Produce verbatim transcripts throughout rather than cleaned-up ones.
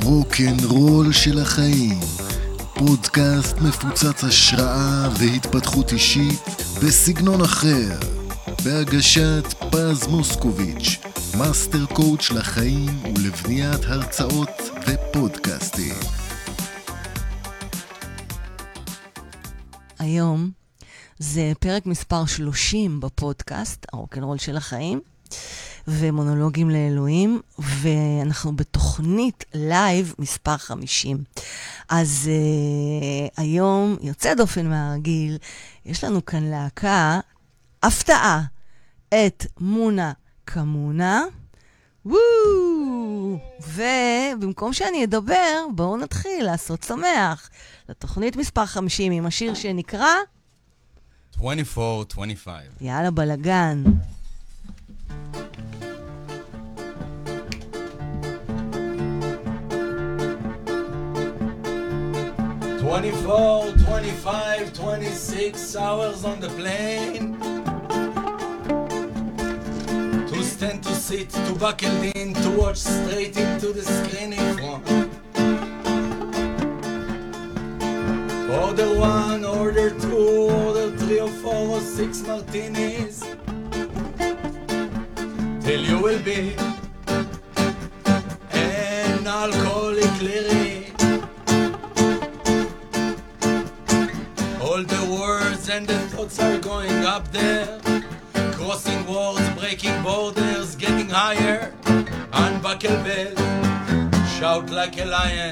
רוק'נ'רול של החיים, פודקאסט מפוצץ השראה והתפתחות אישית בסגנון אחר, בהגשת פז מוסקוביץ', מאסטר קואוץ' לחיים ולבניית הרצאות ופודקאסטים. היום זה פרק מספר שלושים בפודקאסט, הרוק'נ'רול של החיים, ומונולוגים לאלוהים, ואנחנו בתוכנית לייב מספר חמישים. אז uh, היום, יוצא דופן מהרגיל, יש לנו כאן להקה, הפתעה, את מונה כמונה, וואו! ובמקום שאני אדבר, בואו נתחיל לעשות שמח. לתוכנית מספר חמישים עם השיר שנקרא twenty-four twenty-five. יאללה בלגן. twenty-four, twenty-five, twenty-six hours on the plane. To stand, to sit, to buckle in, to watch straight into the screen in front. Order one, order two, order three or four or six martinis. Till you will be an alcoholic lyric. All the words and the thoughts are going up there, crossing words, breaking borders, getting higher. Unbuckle bell, shout like a lion.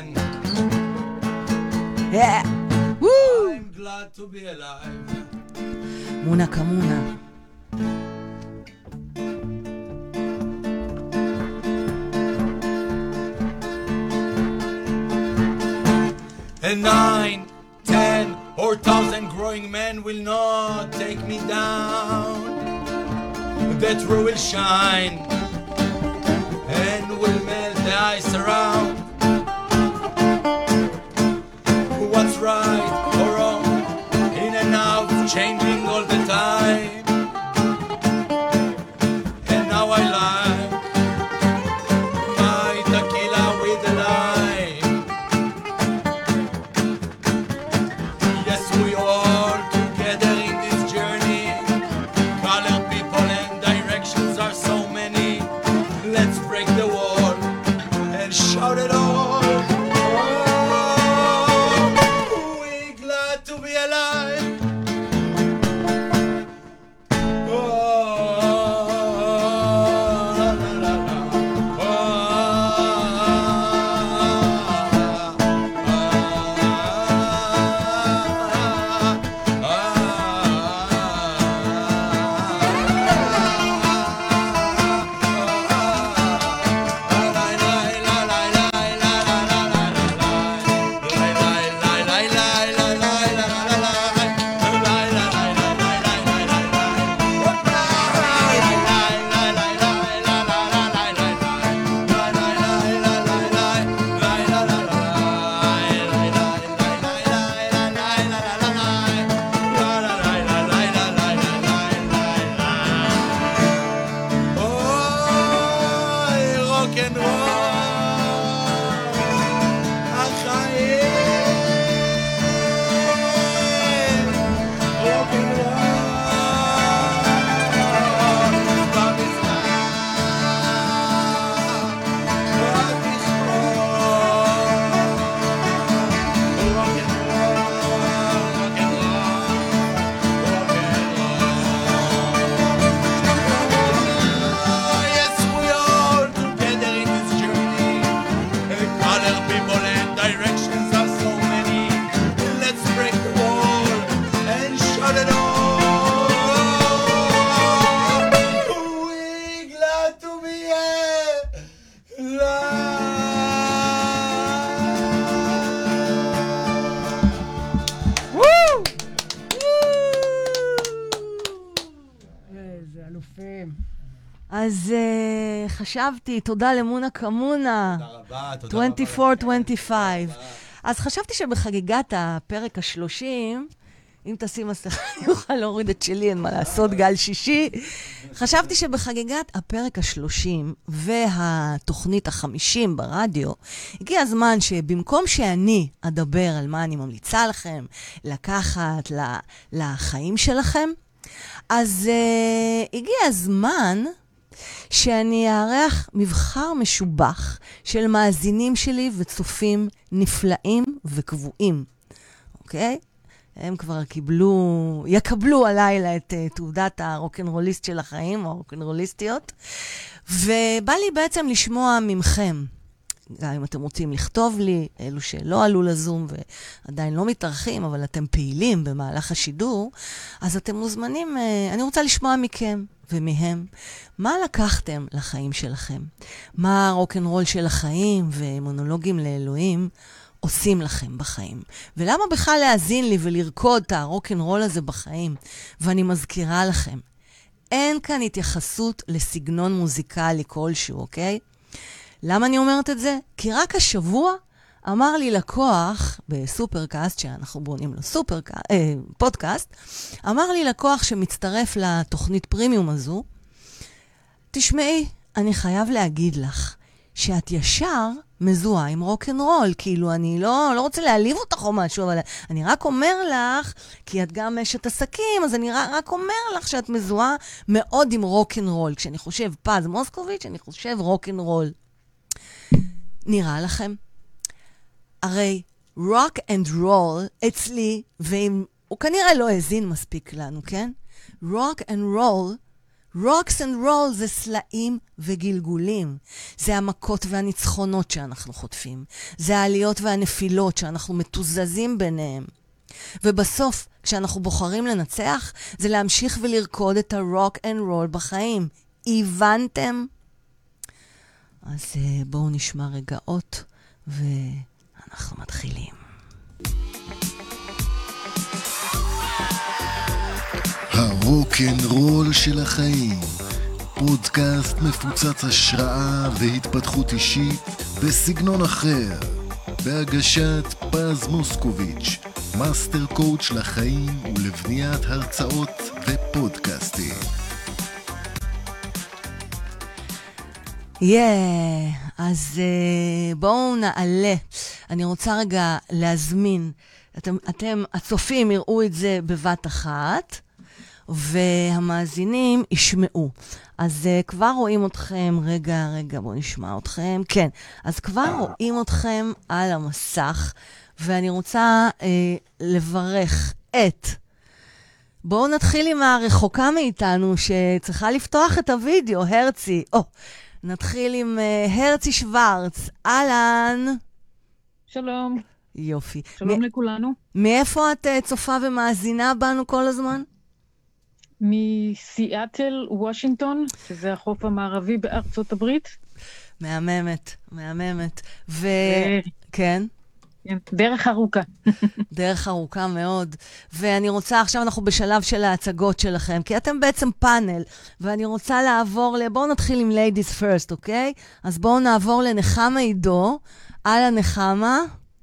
Yeah. Woo! I'm glad to be alive. מונה כמונה. And nine, ten, or thousand growing men will not take me down. That row will shine and will melt the ice around. What's right or wrong, in and out, changing all the time. And now I like my tequila with the lime. Yes, we all together in this journey. Colored people and directions are so many. Let's break the wall and shout it all. אז uh, חשבתי, תודה למונה כמונה. תודה רבה, תודה twenty-four twenty-five. אז חשבתי שבחגיגת הפרק השלושים, אם תשים מסכה, אני אוכל להוריד את שלי, אין מה לעשות, גל שישי. חשבתי שבחגיגת הפרק השלושים והתוכנית החמישים ברדיו, הגיע הזמן שבמקום שאני אדבר על מה אני ממליצה לכם, לקחת לחיים שלכם, אז uh, הגיע הזמן שאני אארח מבחר משובח של מאזינים שלי וצופים נפלאים וקבועים. אוקיי? הם כבר קיבלו, יקבלו הלילה את uh, תעודת הרוקנרוליסט של החיים, או הרוקנרוליסטיות, ובא לי בעצם לשמוע ממכם. גם אם אתם רוצים לכתוב לי, אלו שלא עלו לזום ועדיין לא מתארחים, אבל אתם פעילים במהלך השידור, אז אתם מוזמנים, אני רוצה לשמוע מכם ומהם, מה לקחתם לחיים שלכם? מה הרוקנרול של החיים ומונולוגים לאלוהים עושים לכם בחיים? ולמה בכלל להאזין לי ולרקוד את הרוקנרול הזה בחיים? ואני מזכירה לכם, אין כאן התייחסות לסגנון מוזיקלי כלשהו, אוקיי? למה אני אומרת את זה? כי רק השבוע אמר לי לקוח בסופרקאסט, שאנחנו בונים לו סופרקאסט, אה, פודקאסט, אמר לי לקוח שמצטרף לתוכנית פרימיום הזו, תשמעי, אני חייב להגיד לך שאת ישר מזוהה עם רוקנרול, כאילו אני לא, לא רוצה להעליב אותך או משהו, אבל אני רק אומר לך, כי את גם אשת עסקים, אז אני רק אומר לך שאת מזוהה מאוד עם רוקנרול. כשאני חושב פז מוסקוביץ', אני חושב רוקנרול. נראה לכם? הרי rock and roll אצלי, והוא כנראה לא הזין מספיק לנו, כן? rock and roll, rocks and roll זה סלעים וגלגולים. זה המכות והניצחונות שאנחנו חוטפים. זה העליות והנפילות שאנחנו מתוזזים ביניהם. ובסוף, כשאנחנו בוחרים לנצח, זה להמשיך ולרקוד את ה-rock and roll בחיים. הבנתם? אז uh, בואו נשמע רגעות, ואנחנו מתחילים. הרוקנרול של החיים, פודקאסט מפוצץ השראה והתפתחות אישית בסגנון אחר, בהגשת פז מוסקוביץ', מאסטר קואוץ' לחיים ולבניית הרצאות ופודקאסטים. יאה, yeah, אז uh, בואו נעלה. אני רוצה רגע להזמין, אתם, אתם הצופים יראו את זה בבת אחת, והמאזינים ישמעו. אז uh, כבר רואים אתכם, רגע, רגע, בואו נשמע אתכם. כן, אז כבר רואים אתכם על המסך, ואני רוצה uh, לברך את... בואו נתחיל עם הרחוקה מאיתנו, שצריכה לפתוח את הוידאו, הרצי. או, נתחיל עם uh, הרצי שוורץ. אהלן. שלום. יופי. שלום מ- לכולנו. מאיפה את uh, צופה ומאזינה בנו כל הזמן? מסיאטל, וושינגטון, שזה החוף המערבי בארצות הברית. מהממת, מהממת. ו... ו... כן? כן, דרך ארוכה. דרך ארוכה מאוד. ואני רוצה, עכשיו אנחנו בשלב של ההצגות שלכם, כי אתם בעצם פאנל, ואני רוצה לעבור ל... בואו נתחיל עם ladies first, אוקיי? אז בואו נעבור לנחמה עידו. אהלן נחמה.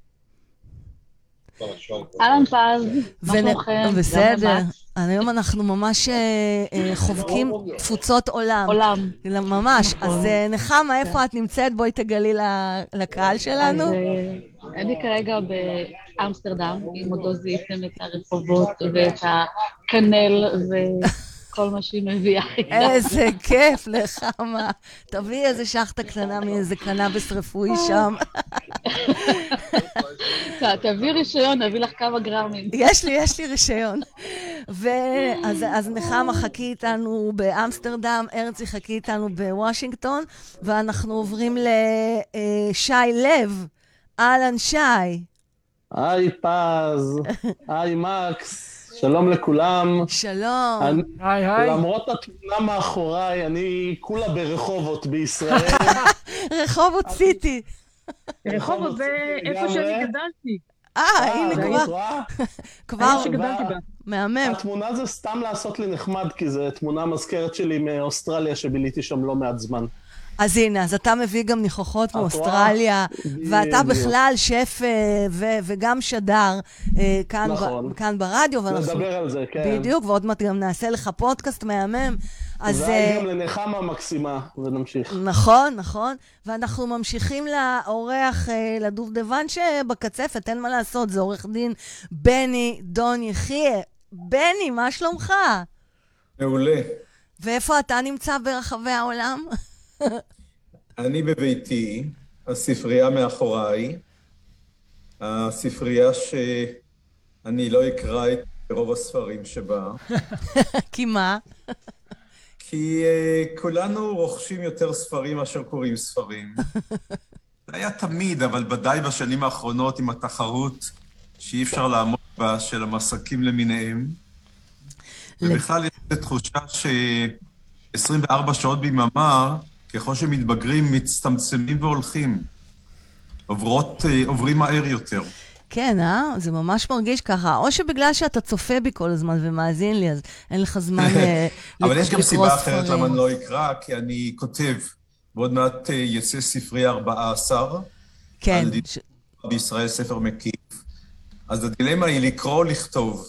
אהלן פז, מה שלומכם? בסדר. היום אנחנו ממש חובקים תפוצות עולם. עולם. ממש. אז נחמה, איפה את נמצאת? בואי תגלי לקהל שלנו. אז אני כרגע באמסטרדם, אם עוד לא זיהיתם את הרחובות ואת הקנל וכל מה שהיא מביאה. איזה כיף לחמה. תביאי איזה שחטה קטנה מאיזה קנאביס רפואי שם. תביא רישיון, נביא לך כמה גרמים. יש לי, יש לי רישיון. ואז נחמה חכי איתנו באמסטרדם, ארצי חכי איתנו בוושינגטון, ואנחנו עוברים לשי לב. אהלן שי. היי פז, היי מקס, שלום לכולם. שלום. אני, היי היי. למרות התמונה מאחוריי, אני כולה ברחובות בישראל. רחובות סיטי. רחובות זה איפה שאני גדלתי. אה, הנה זה כבר, רואה? כבר, העיר שגדלתי בה. מהמם. התמונה זה סתם לעשות לי נחמד, כי זו תמונה מזכרת שלי מאוסטרליה, שביליתי שם לא מעט זמן. אז הנה, אז אתה מביא גם ניחוחות רואה? מאוסטרליה, ואתה בדיוק. בכלל שף אה, ו- וגם שדר אה, כאן, נכון. ב- כאן ברדיו. ואנחנו- נדבר על זה, כן. בדיוק, ועוד מעט גם נעשה לך פודקאסט מהמם. אז והי אה, גם לנחמה מקסימה, ונמשיך. נכון, נכון. ואנחנו ממשיכים לאורח, אה, לדובדבן שבקצפת, אין מה לעשות, זה עורך דין בני דון יחיה. בני, מה שלומך? מעולה. ואיפה אתה נמצא ברחבי העולם? אני בביתי, הספרייה מאחוריי, הספרייה שאני לא אקרא את רוב הספרים שבה, כי מה? כי uh, כולנו רוכשים יותר ספרים מאשר קוראים ספרים. זה היה תמיד, אבל ודאי בשנים האחרונות עם התחרות שאי אפשר לעמוד בה של המסקים למיניהם. ובכלל יש לי תחושה ש-עשרים וארבע שעות ביממה, ככל שמתבגרים, מצטמצמים והולכים. עוברות, עוברים מהר יותר. כן, אה? זה ממש מרגיש ככה. או שבגלל שאתה צופה בי כל הזמן ומאזין לי, אז אין לך זמן לקרוא ספרים. אבל יש גם סיבה אחרת למה אני לא אקרא, כי אני כותב, ועוד מעט יצא ספרי ארבעה עשר, כן. ש... בישראל ספר מקיף. אז הדילמה היא לקרוא או לכתוב.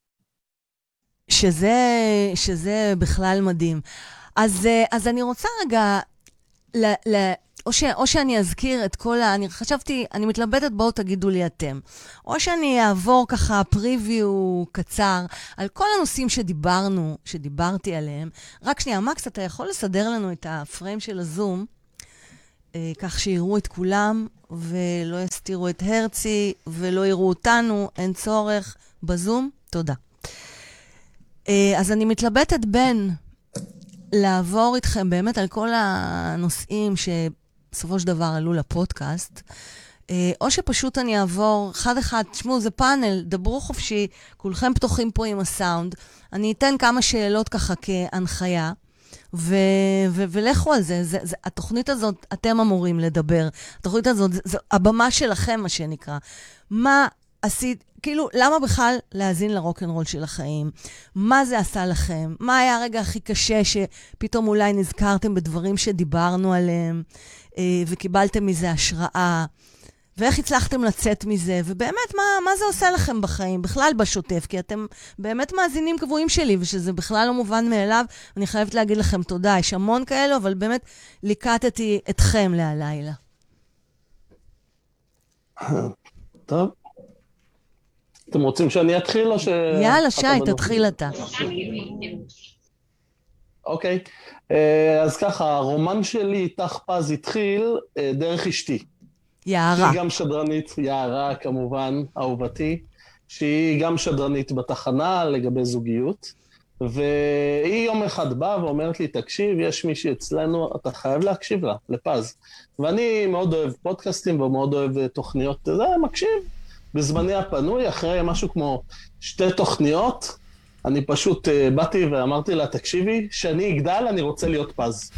שזה, שזה בכלל מדהים. אז, אז אני רוצה רגע, ל, ל, או, ש, או שאני אזכיר את כל ה... אני חשבתי, אני מתלבטת, בואו תגידו לי אתם. או שאני אעבור ככה פריוויו קצר על כל הנושאים שדיברנו, שדיברתי עליהם. רק שנייה, מקס, אתה יכול לסדר לנו את הפריים של הזום, אה, כך שיראו את כולם, ולא יסתירו את הרצי, ולא יראו אותנו, אין צורך בזום. תודה. אה, אז אני מתלבטת בין לעבור איתכם באמת על כל הנושאים שבסופו של דבר עלו לפודקאסט, או שפשוט אני אעבור אחד אחד, תשמעו, זה פאנל, דברו חופשי, כולכם פתוחים פה עם הסאונד, אני אתן כמה שאלות ככה כהנחיה, ו- ו- ולכו על זה. זה, זה, התוכנית הזאת, אתם אמורים לדבר, התוכנית הזאת, זה, זה הבמה שלכם, מה שנקרא. מה עשית, כאילו, למה בכלל להאזין לרוק'נ'רול של החיים? מה זה עשה לכם? מה היה הרגע הכי קשה שפתאום אולי נזכרתם בדברים שדיברנו עליהם, אה, וקיבלתם מזה השראה? ואיך הצלחתם לצאת מזה? ובאמת, מה, מה זה עושה לכם בחיים? בכלל בשוטף, כי אתם באמת מאזינים קבועים שלי, ושזה בכלל לא מובן מאליו. אני חייבת להגיד לכם תודה. יש המון כאלו, אבל באמת ליקטתי אתכם להלילה. טוב. אתם רוצים שאני אתחיל או ש... יאללה, שי, תתחיל אתה. אוקיי. אז ככה, הרומן שלי, איתך פז, התחיל דרך אשתי. יערה. שהיא גם שדרנית, יערה כמובן, אהובתי, שהיא גם שדרנית בתחנה לגבי זוגיות, והיא יום אחד באה ואומרת לי, תקשיב, יש מישהי אצלנו, אתה חייב להקשיב לה, לפז. ואני מאוד אוהב פודקאסטים ומאוד אוהב תוכניות, זה מקשיב. בזמני הפנוי, אחרי משהו כמו שתי תוכניות, אני פשוט uh, באתי ואמרתי לה, תקשיבי, שאני אגדל, אני רוצה להיות פז.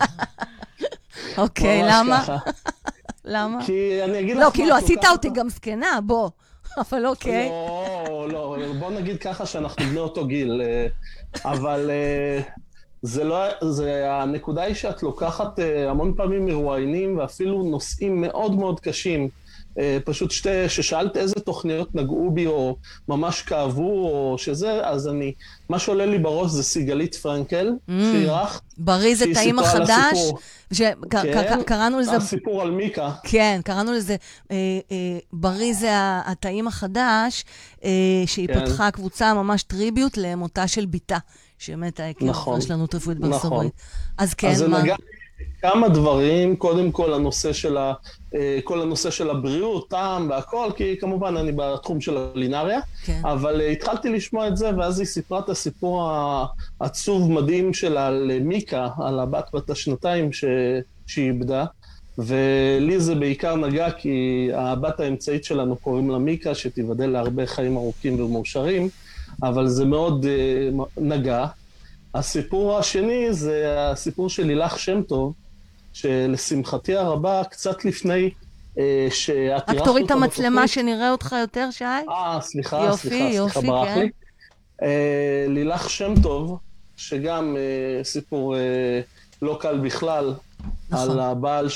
אוקיי, למה? למה? כי אני אגיד לך... לא, כאילו, עשית אותי גם זקנה, בוא. אבל אוקיי. לא, לא, בוא נגיד ככה שאנחנו בני אותו גיל. אבל זה לא... הנקודה היא שאת לוקחת המון פעמים מרואיינים, ואפילו נושאים מאוד מאוד קשים. פשוט שתי, ששאלת איזה תוכניות נגעו בי, או ממש כאבו, או שזה, אז אני... מה שעולה לי בראש זה סיגלית פרנקל, שעירך. בריא זה טעים החדש. כן, קראנו לזה... הסיפור על מיקה. כן, קראנו לזה, בריא זה הטעים החדש, שהיא פתחה קבוצה ממש טריביוט למותה של ביתה, שמתה עקב רשלנות רפואית בארצות הברית. אז כן, מה? כמה דברים, קודם כל הנושא של, ה, כל הנושא של הבריאות, טעם והכל, כי כמובן אני בתחום של הלינריה, כן. אבל התחלתי לשמוע את זה, ואז היא סיפרה את הסיפור העצוב מדהים שלה למיקה, על הבת בת השנתיים ש, שהיא איבדה, ולי זה בעיקר נגע, כי הבת האמצעית שלנו קוראים לה מיקה, שתיבדל להרבה חיים ארוכים ומאושרים, אבל זה מאוד uh, נגע. הסיפור השני זה הסיפור של לילך שם טוב, שלשמחתי הרבה, קצת לפני שעתירה... רק תוריד את המצלמה שנראה אותך יותר, שי? אה, סליחה, יופי, סליחה, יופי, סליחה, ברח כן. לי. לילך שם טוב, שגם סיפור לא קל בכלל, נכון. על הבעל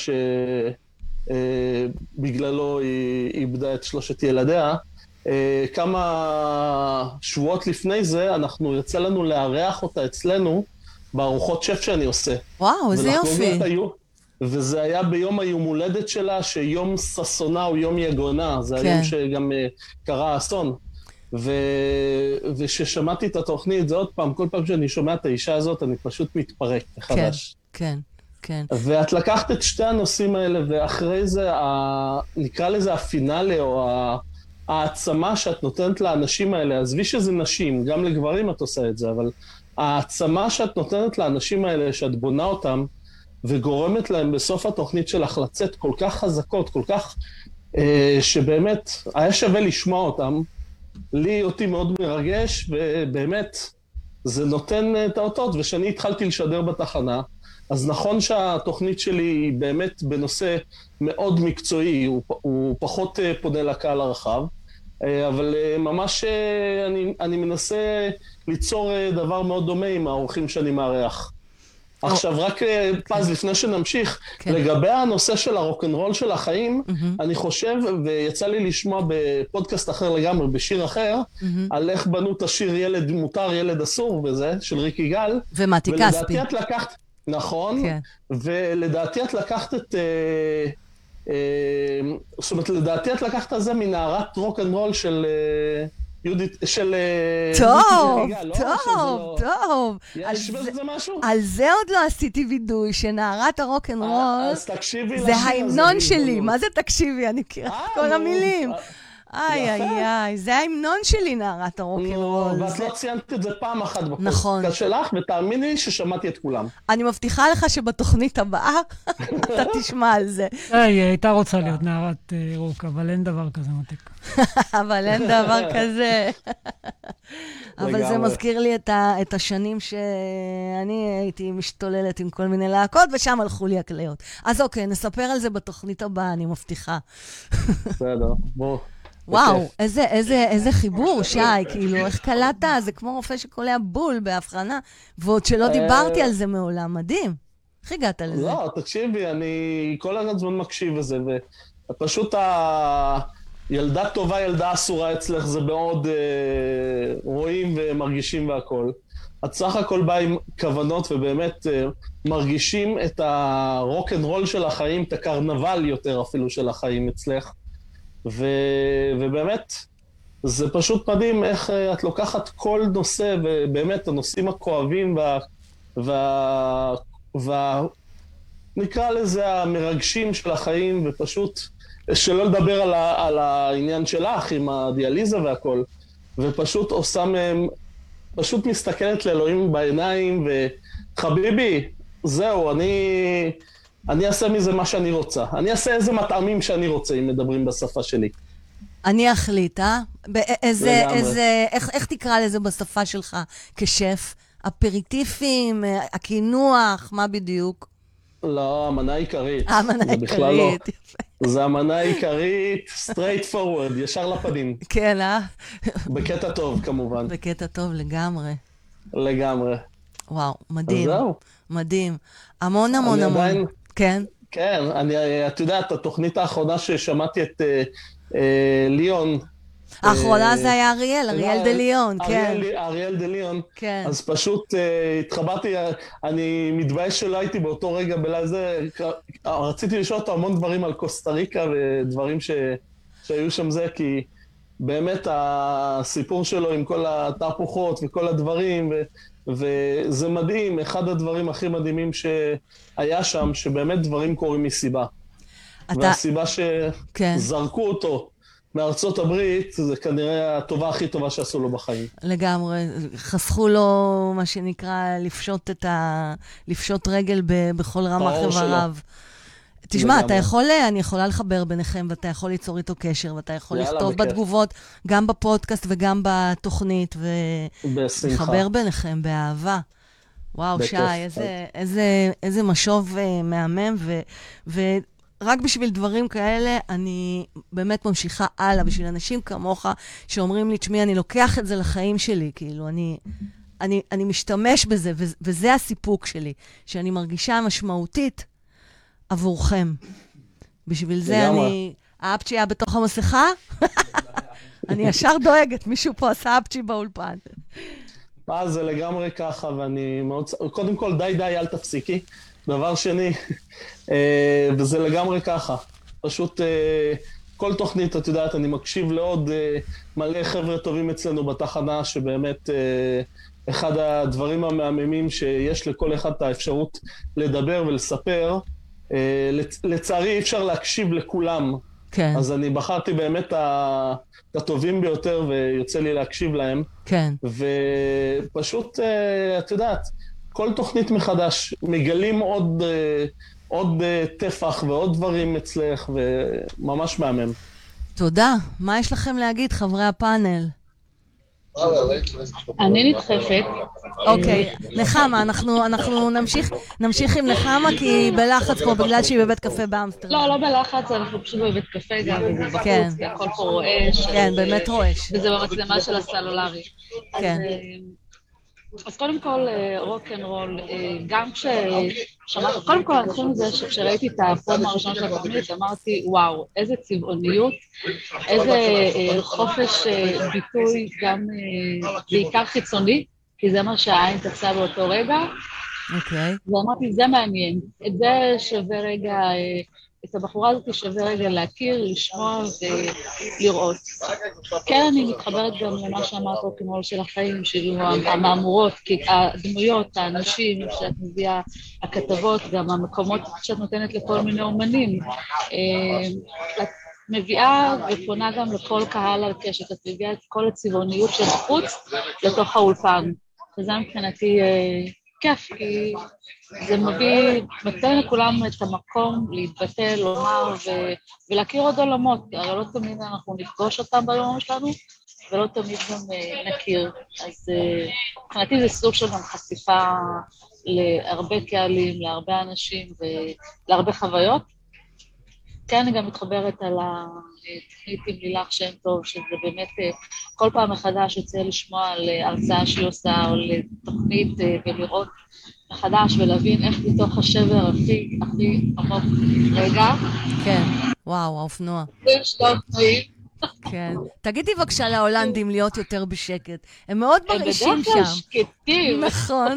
שבגללו היא איבדה את שלושת ילדיה. כמה שבועות לפני זה, אנחנו יצא לנו לארח אותה אצלנו, בארוחות שף שאני עושה. וואו, איזה יופי. וזה היה ביום היום הולדת שלה, שיום ססונה הוא יום יגונה, זה כן. היום שגם קרה אסון. ו... וששמעתי את התוכנית, זה עוד פעם, כל פעם שאני שומע את האישה הזאת, אני פשוט מתפרק מחדש. כן, כן, כן. ואת לקחת את שתי הנושאים האלה, ואחרי זה, ה... נקרא לזה הפינאלי, או ה... העצמה שאת נותנת לאנשים האלה, עזבי שזה נשים, גם לגברים את עושה את זה, אבל העצמה שאת נותנת לאנשים האלה, שאת בונה אותם, וגורמת להם בסוף התוכנית שלך לצאת כל כך חזקות, כל כך, אה, שבאמת היה שווה לשמוע אותם, לי אותי מאוד מרגש, ובאמת זה נותן את האותות, ושאני התחלתי לשדר בתחנה, אז נכון שהתוכנית שלי היא באמת בנושא מאוד מקצועי, הוא, הוא פחות פונה לקהל הרחב, אבל ממש אני, אני מנסה ליצור דבר מאוד דומה עם האורחים שאני מארח. עכשיו, רק פז, לפני שנמשיך, לגבי הנושא של הרוק'נ'רול של החיים, אני חושב, ויצא לי לשמוע בפודקאסט אחר לגמרי, בשיר אחר, על איך בנו את השיר ילד מותר, ילד אסור, וזה, של ריקי גל. ומתי כספי. ולדעתי את לקחת, נכון, ולדעתי את לקחת את, זאת אומרת, לדעתי את לקחת את זה מנערת רוק'נ'רול של... יהודית, של... טוב, טוב, טוב. יש בזה משהו? על זה עוד לא עשיתי וידוי, שנערת הרוק'נ'רול, אז תקשיבי לשיר זה הזה. ההמנון שלי. מה זה תקשיבי? אני מכירה את כל המילים. איי, איי, איי, זה ההמנון שלי, נערת הרוק'נ'רול. ואת לא ציינת את זה פעם אחת בפודקאסט נכון. שלך, ותאמיני ששמעתי את כולם. אני מבטיחה לך שבתוכנית הבאה אתה תשמע על זה. היא הייתה רוצה להיות נערת רוק, אבל אין דבר כזה מתק. אבל אין דבר כזה. אבל זה מזכיר לי את השנים שאני הייתי משתוללת עם כל מיני להקות, ושם הלכו לי הכליות. אז אוקיי, נספר על זה בתוכנית הבאה, אני מבטיחה. בסדר, בוא. וואו, איזה, איזה, איזה חיבור, שי, כאילו, איך קלטת? זה כמו רופא שקולע בול בהבחנה, ועוד שלא דיברתי על זה מעולם, מדהים. איך הגעת לזה? לא, תקשיבי, אני כל הזמן מקשיב לזה, ופשוט הילדה טובה, ילדה אסורה אצלך, זה מאוד רואים ומרגישים והכל. את סך הכל באה עם כוונות, ובאמת מרגישים את הרוק'נ'רול של החיים, את הקרנבל יותר אפילו של החיים אצלך. ו... ובאמת, זה פשוט מדהים איך את לוקחת כל נושא, ובאמת הנושאים הכואבים וה... וה... וה... נקרא לזה המרגשים של החיים, ופשוט, שלא לדבר על, ה... על העניין שלך עם הדיאליזה והכל, ופשוט עושה מהם, פשוט מסתכלת לאלוהים בעיניים, וחביבי, זהו, אני... אני אעשה מזה מה שאני רוצה. אני אעשה איזה מטעמים שאני רוצה, אם מדברים בשפה שלי. אני אחליט, אה? איזה, איזה, איך, איך תקרא לזה בשפה שלך כשף? אפריטיפים, הקינוח, מה בדיוק? לא, המנה עיקרית. המנה עיקרית, יפה. זה המנה עיקרית, straight forward, ישר לפנים. כן, אה? בקטע טוב, כמובן. בקטע טוב לגמרי. לגמרי. וואו, מדהים. אז זהו. מדהים. המון המון המון. עדיין... כן. כן, אני, את יודעת, התוכנית האחרונה ששמעתי את אה, אה, ליאון. האחרונה אה, זה היה אריאל, אריאל דה ליאון, כן. אריאל, אריאל דה ליאון. כן. אז פשוט אה, התחברתי, אני מתבייש שלא הייתי באותו רגע בלזה, רציתי לשאול אותו המון דברים על קוסטה ריקה ודברים ש, שהיו שם זה, כי באמת הסיפור שלו עם כל התהפוכות וכל הדברים, ו... וזה מדהים, אחד הדברים הכי מדהימים שהיה שם, שבאמת דברים קורים מסיבה. אתה... והסיבה שזרקו כן. אותו מארצות הברית, זה כנראה הטובה הכי טובה שעשו לו בחיים. לגמרי, חסכו לו מה שנקרא לפשוט, את ה... לפשוט רגל ב... בכל רמ"ח איבריו. תשמע, אתה יכול, אני יכולה לחבר ביניכם, ואתה יכול ליצור איתו קשר, ואתה יכול לכתוב בתגובות, גם בפודקאסט וגם בתוכנית, ולחבר ביניכם באהבה. וואו, שי, איזה, איזה, איזה משוב מהמם, ו, רק בשביל דברים כאלה, אני באמת ממשיכה הלאה, בשביל אנשים כמוך, שאומרים לי, תשמעי, אני לוקח את זה לחיים שלי, כאילו, אני, אני, אני משתמש בזה, ו- וזה הסיפוק שלי, שאני מרגישה משמעותית עבורכם. בשביל זה אני... האפצ'י היה בתוך המסכה? אני ישר דואגת, מישהו פה עשה אפצ'י באולפן. מה, זה לגמרי ככה, ואני מאוד... קודם כל, די די, אל תפסיקי. דבר שני, וזה לגמרי ככה. פשוט כל תוכנית, את יודעת, אני מקשיב לעוד מלא חבר'ה טובים אצלנו בתחנה, שבאמת אחד הדברים המהממים שיש לכל אחד את האפשרות לדבר ולספר, לצערי אי אפשר להקשיב לכולם. כן. אז אני בחרתי באמת את הטובים ביותר ויוצא לי להקשיב להם. כן. ופשוט, את יודעת, כל תוכנית מחדש מגלים עוד, עוד טפח ועוד דברים אצלך, וממש מהמם. תודה. מה יש לכם להגיד, חברי הפאנל? אני נדחפת. אוקיי, נחמה, אנחנו, אנחנו נמשיך, נמשיך עם נחמה, כי בלחץ פה, בגלל שהיא בבית קפה באמסטרדם. לא, לא בלחץ, אנחנו פשוט בבית קפה גם, וזה בחוץ, כן. כי הכל פה רועש. כן, באמת רועש. וזה במצלמה של הסלולרי. כן. אז, אז קודם כל, רוק'נ'רול, גם כששמעתי, קודם כל, אני חושבת את זה שכשראיתי את הפרומו הראשון של התוכנית, אמרתי, וואו, איזה צבעוניות, איזה חופש ביטוי, גם בעיקר חיצוני, כי זה מה שהעין תפסה באותו רגע. אוקיי. ואמרתי, זה מעניין. את זה שווה רגע, את הבחורה הזאת שווה רגע להכיר, לשמוע ולראות. כן, אני מתחברת גם למה שאמרת רוק'נ'רול של החיים, שיהיו המאמורות, כי הדמויות, האנשים שאת מביאה, הכתבות, גם המקומות שאת נותנת לכל מיני אומנים, את מביאה ופונה גם לכל קהל על קשת, את מביאה את כל הצבעוניות של חוץ לתוך האולפן. וזה מבחינתי כיף, כי זה מביא, נותן לכולם את המקום להתבטא, לומר ו- ולהכיר עוד עולמות. הרי לא תמיד אנחנו נפגוש אותם ביום שלנו, ולא תמיד גם נכיר. אז מבחינתי זה סוג של גם חשיפה להרבה קהלים, להרבה אנשים ולהרבה חוויות. כן, אני גם מתחברת על התוכנית עם לילך שם טוב, שזה באמת כל פעם מחדש יוצא לשמוע על הרצאה שהיא עושה, או לתוכנית ולראות מחדש ולהבין איך בתוך השבר הכי הכי עמוק רגע. כן, וואו, האופנוע. זה שלום נעים. כן. תגידי בבקשה להולנדים להיות יותר בשקט. הם מאוד מרעישים שם. הם בדרך כלל שקטים. נכון.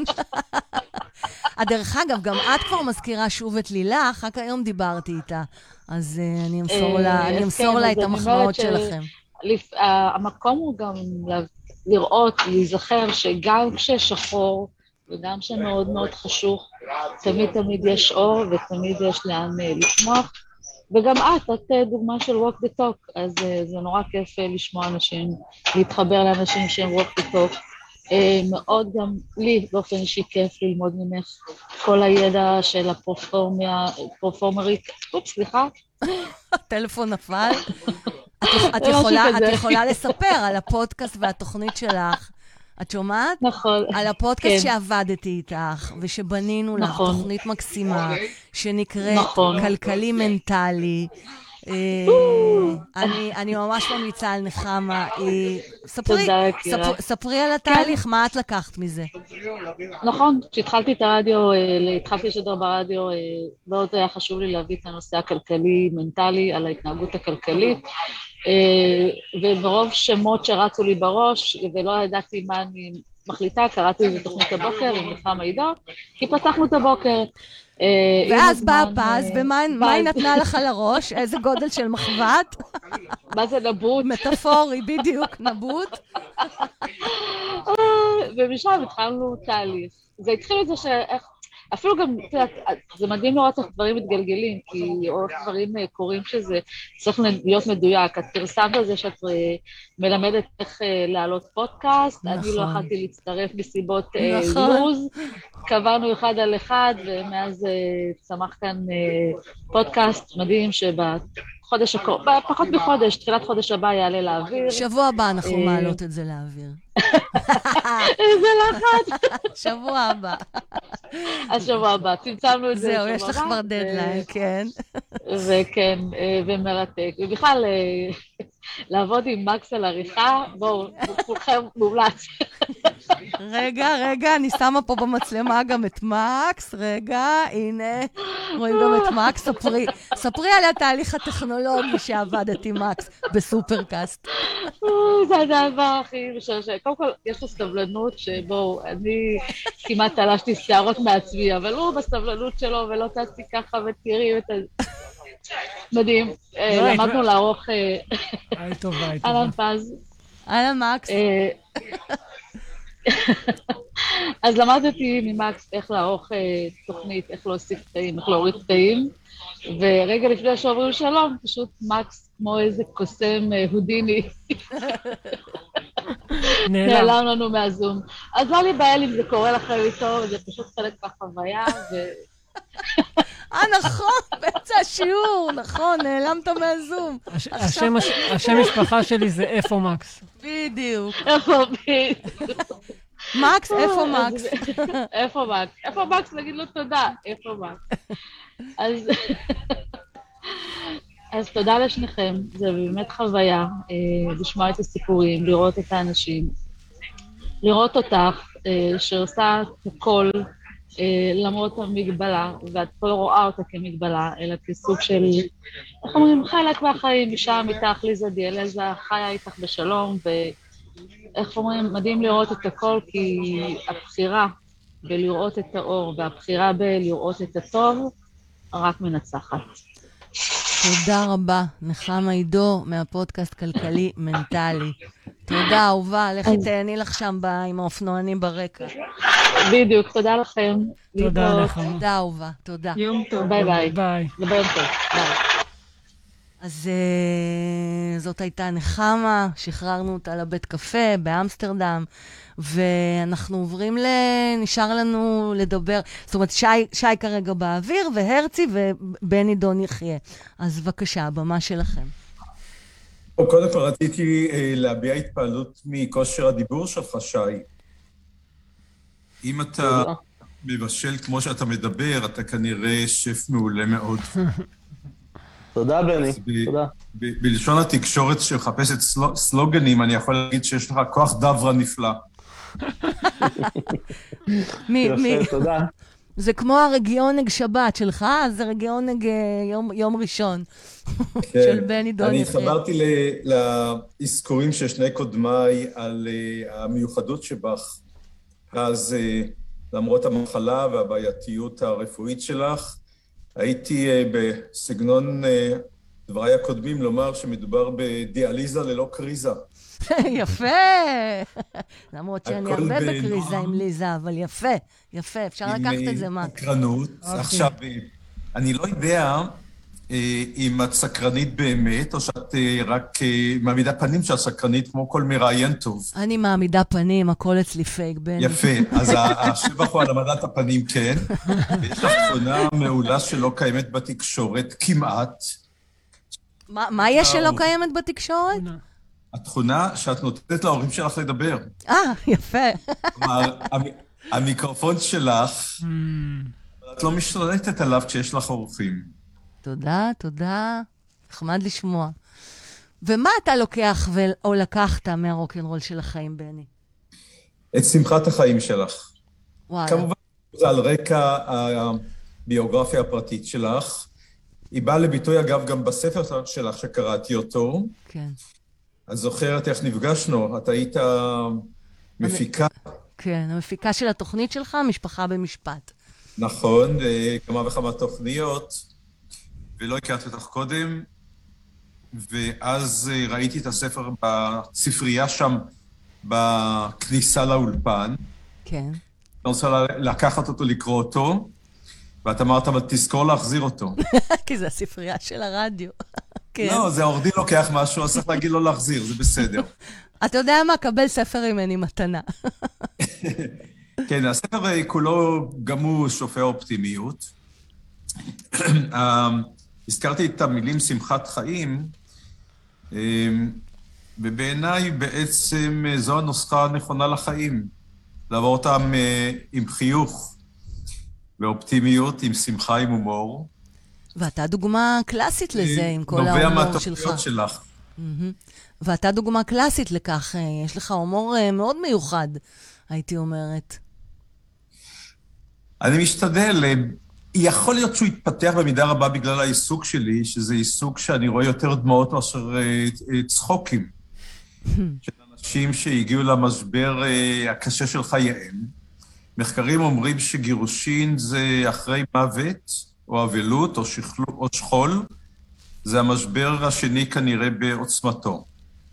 הדרך אגב, גם את כבר מזכירה שוב את לילך, רק היום דיברתי איתה. אז uh, אני אמסור לה, אני אמסור לה את המחמאות שלכם. המקום הוא גם לראות, להיזכר שגם כששחור, וגם שמאוד מאוד חשוך, תמיד תמיד יש אור, ותמיד יש לאן לשמוח. וגם את, את דוגמה של walk the talk, אז זה נורא כיף לשמוע אנשים, להתחבר לאנשים שהם walk the talk. מאוד גם לי באופן אישי כיף ללמוד ממך כל הידע של הפרופורמיה, פרופורמרית, אופ, סליחה. הטלפון נפל. את יכולה, את יכולה לספר על הפודקאסט והתוכנית שלך. את שומעת? נכון. על הפודקאסט שעבדתי איתך, ושבנינו לך תוכנית מקסימה, שנקראת כלכלי מנטלי. אני ממש ממליצה על נחמה. ספרי על התהליך, מה את לקחת מזה? נכון, כשהתחלתי את הרדיו, התחלתי לשדר ברדיו, מאוד היה חשוב לי להביא את הנושא הכלכלי-מנטלי, על ההתנהגות הכלכלית, וברוב שמות שרצו לי בראש, ולא ידעתי מה אני מחליטה, קראתי את תוכנית הבוקר עם נחמה עידו, כי פתחנו את הבוקר. ואז בא פז, ומה היא נתנה לך על הראש? איזה גודל של מחבת? מה זה נבוט? מטאפורי, בדיוק, נבוט. ומשם התחלנו תהליך. זה התחיל את זה שאיך, אפילו גם, זה מדהים לראות איך דברים מתגלגלים, כי או דברים קורים שזה צריך להיות מדויק. את פרסמת על זה שאת מלמדת איך להעלות פודקאסט, אני לא יכולתי להצטרף מסיבות לוז, קבענו אחד על אחד, ומאז צמח כאן פודקאסט מדהים שבחודש, פחות מחודש, תחילת חודש הבא יעלה לאוויר. שבוע הבא אנחנו מעלות את זה לאוויר. איזה לחץ. שבוע הבא. השבוע הבא, צמצמנו את זה. זהו, יש לך כבר דדליין, כן. וכן, ומרתק. ובכלל, לעבוד עם מקס על עריכה, בואו, כולכם מומלץ. רגע, רגע, אני שמה פה במצלמה גם את מקס, רגע, הנה, רואים גם את מקס, ספרי, ספרי על התהליך הטכנולוגי שעבדת עם מקס בסופרקאסט. זה הדבר הכי משעשע. קודם כל, יש לו סבלנות שבואו, אני כמעט תלשתי שערות מעצמי, אבל הוא בסבלנות שלו, ולא טסתי ככה ותראי את ה... מדהים. למדנו לערוך... היי טובה, היי טובה. אלן פז. אלן מקס. אז למדתי ממקס איך לערוך תוכנית, איך להוסיף קטעים, איך להוריד קטעים, ורגע לפני שעוברים שלום, פשוט מקס כמו איזה קוסם הודיני. נעלם לנו מהזום. אז לא לי בעיה אם זה קורה לכם איתו, זה פשוט חלק מהחוויה, ו... אה, נכון, באמצע השיעור, נכון, נעלמת מהזום. השם משפחה שלי זה איפה מקס. בדיוק. איפה בדיוק. מקס, איפה מקס? איפה מקס? איפה מקס? נגיד לו תודה. איפה מקס? אז... אז תודה לשניכם, זה באמת חוויה, לשמוע את הסיפורים, לראות את האנשים, לראות אותך, שעושה את הכל, למרות המגבלה, ואת לא רואה אותה כמגבלה, אלא כסוג של, איך אומרים, חלק מהחיים, אישה איתך, ליזה דיאלזה, חיה איתך בשלום, ואיך אומרים, מדהים לראות את הכל, כי הבחירה בלראות את האור, והבחירה בלראות את הטוב, רק מנצחת. תודה רבה, נחמה עידו מהפודקאסט כלכלי מנטלי. תודה, אהובה, לכי תהני לך שם עם האופנוענים ברקע. בדיוק, תודה לכם. תודה לך. תודה, אהובה, תודה. יום טוב. ביי ביי. ביי. ביי טוב. ביי. אז uh, זאת הייתה נחמה, שחררנו אותה לבית קפה באמסטרדם, ואנחנו עוברים ל... נשאר לנו לדבר, זאת אומרת, שי, שי כרגע באוויר, והרצי ובני דון יחיה. אז בבקשה, הבמה שלכם. קודם כל רציתי להביע התפעלות מכושר הדיבור שלך, שי. אם אתה מבשל כמו שאתה מדבר, אתה כנראה שף מעולה מאוד. תודה, בני, תודה. בלשון התקשורת שמחפשת סלוגנים, אני יכול להגיד שיש לך כוח דברה נפלא. יפה, תודה. זה כמו הרגיעונג שבת שלך, אז זה רגיעונג יום ראשון של בני דון יחיה. אני חברתי להזכורים של שני קודמיי על המיוחדות שבך, אז למרות המחלה והבעייתיות הרפואית שלך, הייתי בסגנון דבריי הקודמים לומר שמדובר בדיאליזה ללא קריזה. יפה. למרות שאני הרבה בקריזה עם ליזה, אבל יפה, יפה, אפשר לקחת את זה מה. עם סקרנות. עכשיו, אני לא יודע אם את סקרנית באמת, או שאת רק מעמידה פנים שאת סקרנית כמו כל מראיין טוב. אני מעמידה פנים, הכל אצלי פייק, בני. יפה, אז השבח הוא על העמדת הפנים, כן. ויש לך תכונה מעולה שלא קיימת בתקשורת, כמעט. מה יש שלא קיימת בתקשורת? התכונה שאת נותנת להורים שלך לדבר. אה, יפה. כלומר, המיקרופון שלך, את לא משתלטת עליו כשיש לך אורחים. תודה, תודה. נחמד לשמוע. ומה אתה לוקח או לקחת מהרוק'נ'רול של החיים, בני? את שמחת החיים שלך. וואלה. כמובן, זה על רקע הביוגרפיה הפרטית שלך. היא באה לביטוי, אגב, גם בספר שלך שקראתי אותו. כן. את זוכרת איך נפגשנו? את היית מפיקה. כן, המפיקה של התוכנית שלך, משפחה במשפט. נכון, כמה וכמה תוכניות, ולא הכרתי אותך קודם, ואז ראיתי את הספר בספרייה שם, בכניסה לאולפן. כן. אני רוצה לקחת אותו, לקרוא אותו, ואת אמרת, אבל תזכור להחזיר אותו. כי זה הספרייה של הרדיו. לא, זה העורך דין לוקח משהו, אז צריך להגיד לו להחזיר, זה בסדר. אתה יודע מה? קבל ספר ממני מתנה. כן, הספר כולו גם הוא שופע אופטימיות. הזכרתי את המילים שמחת חיים. ובעיניי בעצם זו הנוסחה הנכונה לחיים. לעבור אותם עם חיוך ואופטימיות, עם שמחה, עם הומור. ואתה דוגמה קלאסית לזה, עם כל ההומור שלך. נובע מהתוכניות שלך. ואתה דוגמה קלאסית לכך, יש לך הומור מאוד מיוחד, הייתי אומרת. אני משתדל, יכול להיות שהוא יתפתח במידה רבה בגלל העיסוק שלי, שזה עיסוק שאני רואה יותר דמעות מאשר צחוקים. של אנשים שהגיעו למשבר הקשה של חייהם. מחקרים אומרים שגירושין זה אחרי מוות, או אבלות, או שכלו, או שכול, זה המשבר השני כנראה בעוצמתו.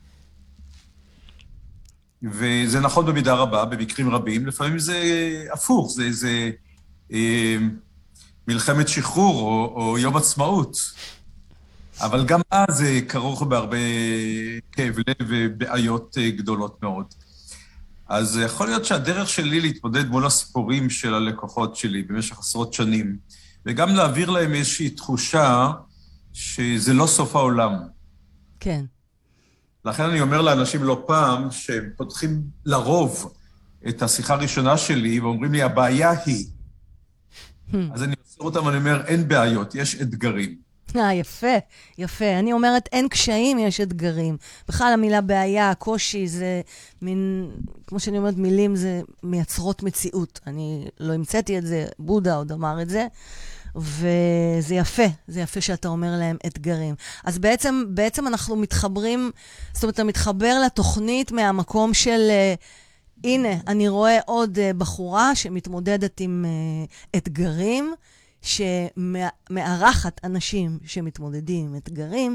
וזה נכון במידה רבה, במקרים רבים, לפעמים זה הפוך, זה איזה אה, מלחמת שחרור או, או יום עצמאות. אבל גם אז זה כרוך בהרבה כאב לב ובעיות גדולות מאוד. אז יכול להיות שהדרך שלי להתמודד מול הסיפורים של הלקוחות שלי במשך עשרות שנים, וגם להעביר להם איזושהי תחושה שזה לא סוף העולם. כן. לכן אני אומר לאנשים לא פעם, שהם פותחים לרוב את השיחה הראשונה שלי, ואומרים לי, הבעיה היא. אז אני עושה אותם, אני אומר, אין בעיות, יש אתגרים. אה, יפה, יפה. אני אומרת, אין קשיים, יש אתגרים. בכלל המילה בעיה, קושי, זה מין, כמו שאני אומרת, מילים זה מייצרות מציאות. אני לא המצאתי את זה, בודה עוד אמר את זה, וזה יפה, זה יפה שאתה אומר להם אתגרים. אז בעצם, בעצם אנחנו מתחברים, זאת אומרת, אתה מתחבר לתוכנית מהמקום של, הנה, אני רואה עוד בחורה שמתמודדת עם אתגרים, שמארחת אנשים שמתמודדים עם אתגרים,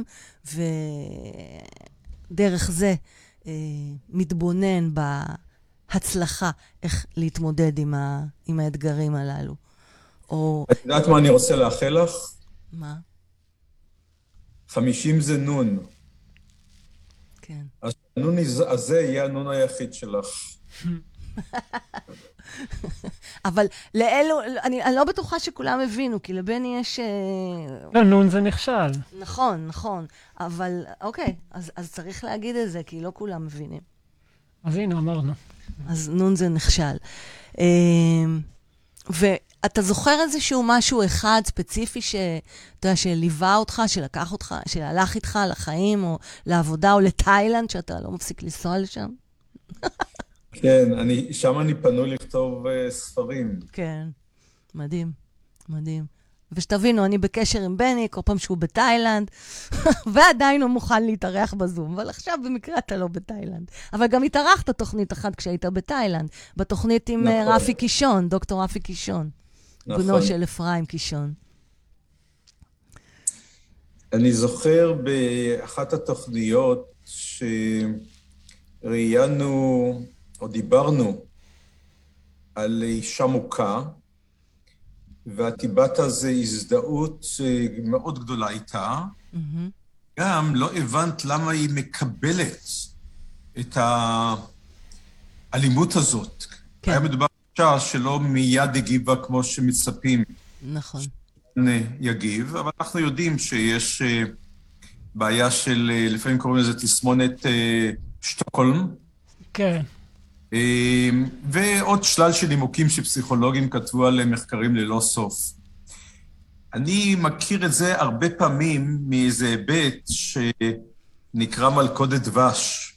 ודרך זה אה, מתבונן בהצלחה איך להתמודד עם, ה, עם האתגרים הללו. או... את יודעת מה אני רוצה לאחל לך? מה? חמישים זה נון. כן. אז הנון הזה יהיה הנון היחיד שלך. אבל לאלו, אני, אני לא בטוחה שכולם הבינו, כי לבני יש... לא, נון זה נכשל. נכון, נכון. אבל, אוקיי, אז, אז צריך להגיד את זה, כי לא כולם מבינים. אז הנה, אמרנו. אז נון זה נכשל. ואתה זוכר איזשהו משהו אחד ספציפי שאתה יודע, שליווה אותך, שלקח אותך, שהלך איתך לחיים, או לעבודה, או לתאילנד, שאתה לא מפסיק לנסוע לשם? כן, אני, שם אני פנו לכתוב uh, ספרים. כן, מדהים, מדהים. ושתבינו, אני בקשר עם בני, כל פעם שהוא בתאילנד, ועדיין הוא מוכן להתארח בזום, אבל עכשיו במקרה אתה לא בתאילנד. אבל גם התארחת תוכנית אחת כשהיית בתאילנד, בתוכנית עם נכון. רפי קישון, דוקטור רפי קישון, נכון. בנו של אפרים קישון. אני זוכר באחת התוכניות שראיינו, או דיברנו על אישה מוכה, והטיבת הזה הזדהות מאוד גדולה איתה. Mm-hmm. גם לא הבנת למה היא מקבלת את האלימות הזאת. כן. היה מדובר אישה שלא מיד הגיבה כמו שמצפים. נכון. יגיב, אבל אנחנו יודעים שיש בעיה של, לפעמים קוראים לזה תסמונת שטוקהולם. כן. ועוד שלל של נימוקים שפסיכולוגים כתבו עליהם מחקרים ללא סוף. אני מכיר את זה הרבה פעמים מאיזה היבט שנקרא מלכודת דבש.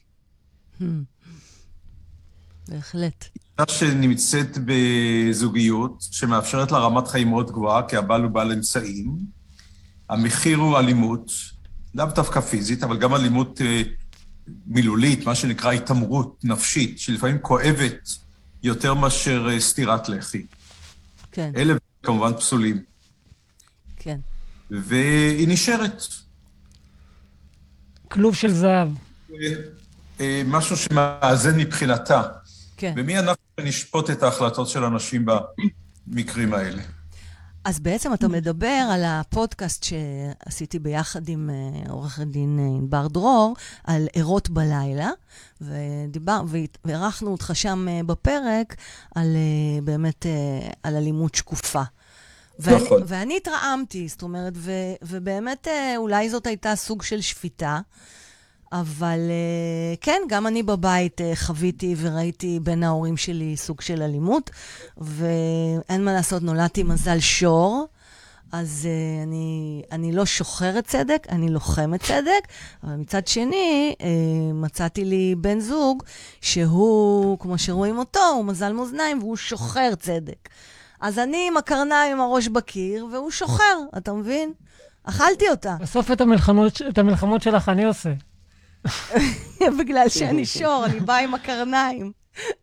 בהחלט. אישה שנמצאת בזוגיות, שמאפשרת לה רמת חיים מאוד גבוהה, כי הבעל הוא בעל אמצעים. המחיר הוא אלימות, לאו דווקא פיזית, אבל גם אלימות מילולית, מה שנקרא התאמרות נפשית, שלפעמים כואבת יותר מאשר סתירת לחי. כן. אלה כמובן פסולים. כן. והיא נשארת. כלוב של זהב. משהו שמאזן מבחינתה. כן. ומי אנחנו נשפוט את ההחלטות של אנשים במקרים האלה? אז בעצם אתה מדבר על הפודקאסט שעשיתי ביחד עם עורך הדין ענבר דרור, על ערות בלילה, ודיבר, וערכנו אותך שם בפרק על באמת, על אלימות שקופה. ואני, ואני התרעמתי, זאת אומרת, ו, ובאמת אולי זאת הייתה סוג של שפיטה, אבל כן, גם אני בבית חוויתי וראיתי בין ההורים שלי סוג של אלימות, ואין מה לעשות, נולדתי מזל שור, אז uh, אני, אני לא שוחרת צדק, אני לוחמת צדק, אבל מצד שני, uh, מצאתי לי בן זוג, שהוא, כמו שרואים אותו, הוא מזל מאזניים, והוא שוחר צדק. אז אני עם הקרניים, עם הראש בקיר, והוא שוחר, אתה מבין? אכלתי אותה. בסוף את המלחמות, את המלחמות שלך אני עושה. בגלל שאני שור, אני באה עם הקרניים.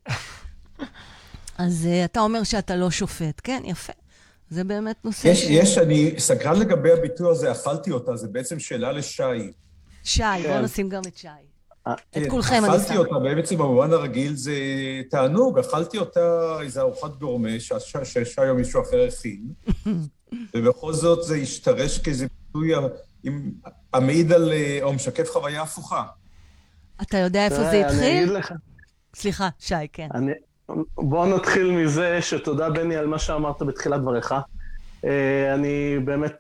אז uh, אתה אומר שאתה לא שופט, כן? יפה. זה באמת נושא יש, ש... יש, אני סקרן לגבי הביטוי הזה, אכלתי אותה, זה בעצם שאלה לשי. שי, כן. בוא נשים גם את שי. כן, את כולכם אני אכלתי שם. אותה, בעצם במובן הרגיל זה תענוג, אכלתי אותה איזו ארוחת גורמה, ששי או מישהו אחר הכין, ובכל זאת זה השתרש כאיזה ביטוי עם המעיד על, או משקף חוויה הפוכה. אתה יודע איפה זה אני התחיל? אגיד לך. סליחה, שי, כן. אני, בוא נתחיל מזה שתודה בני על מה שאמרת בתחילת דבריך. אני באמת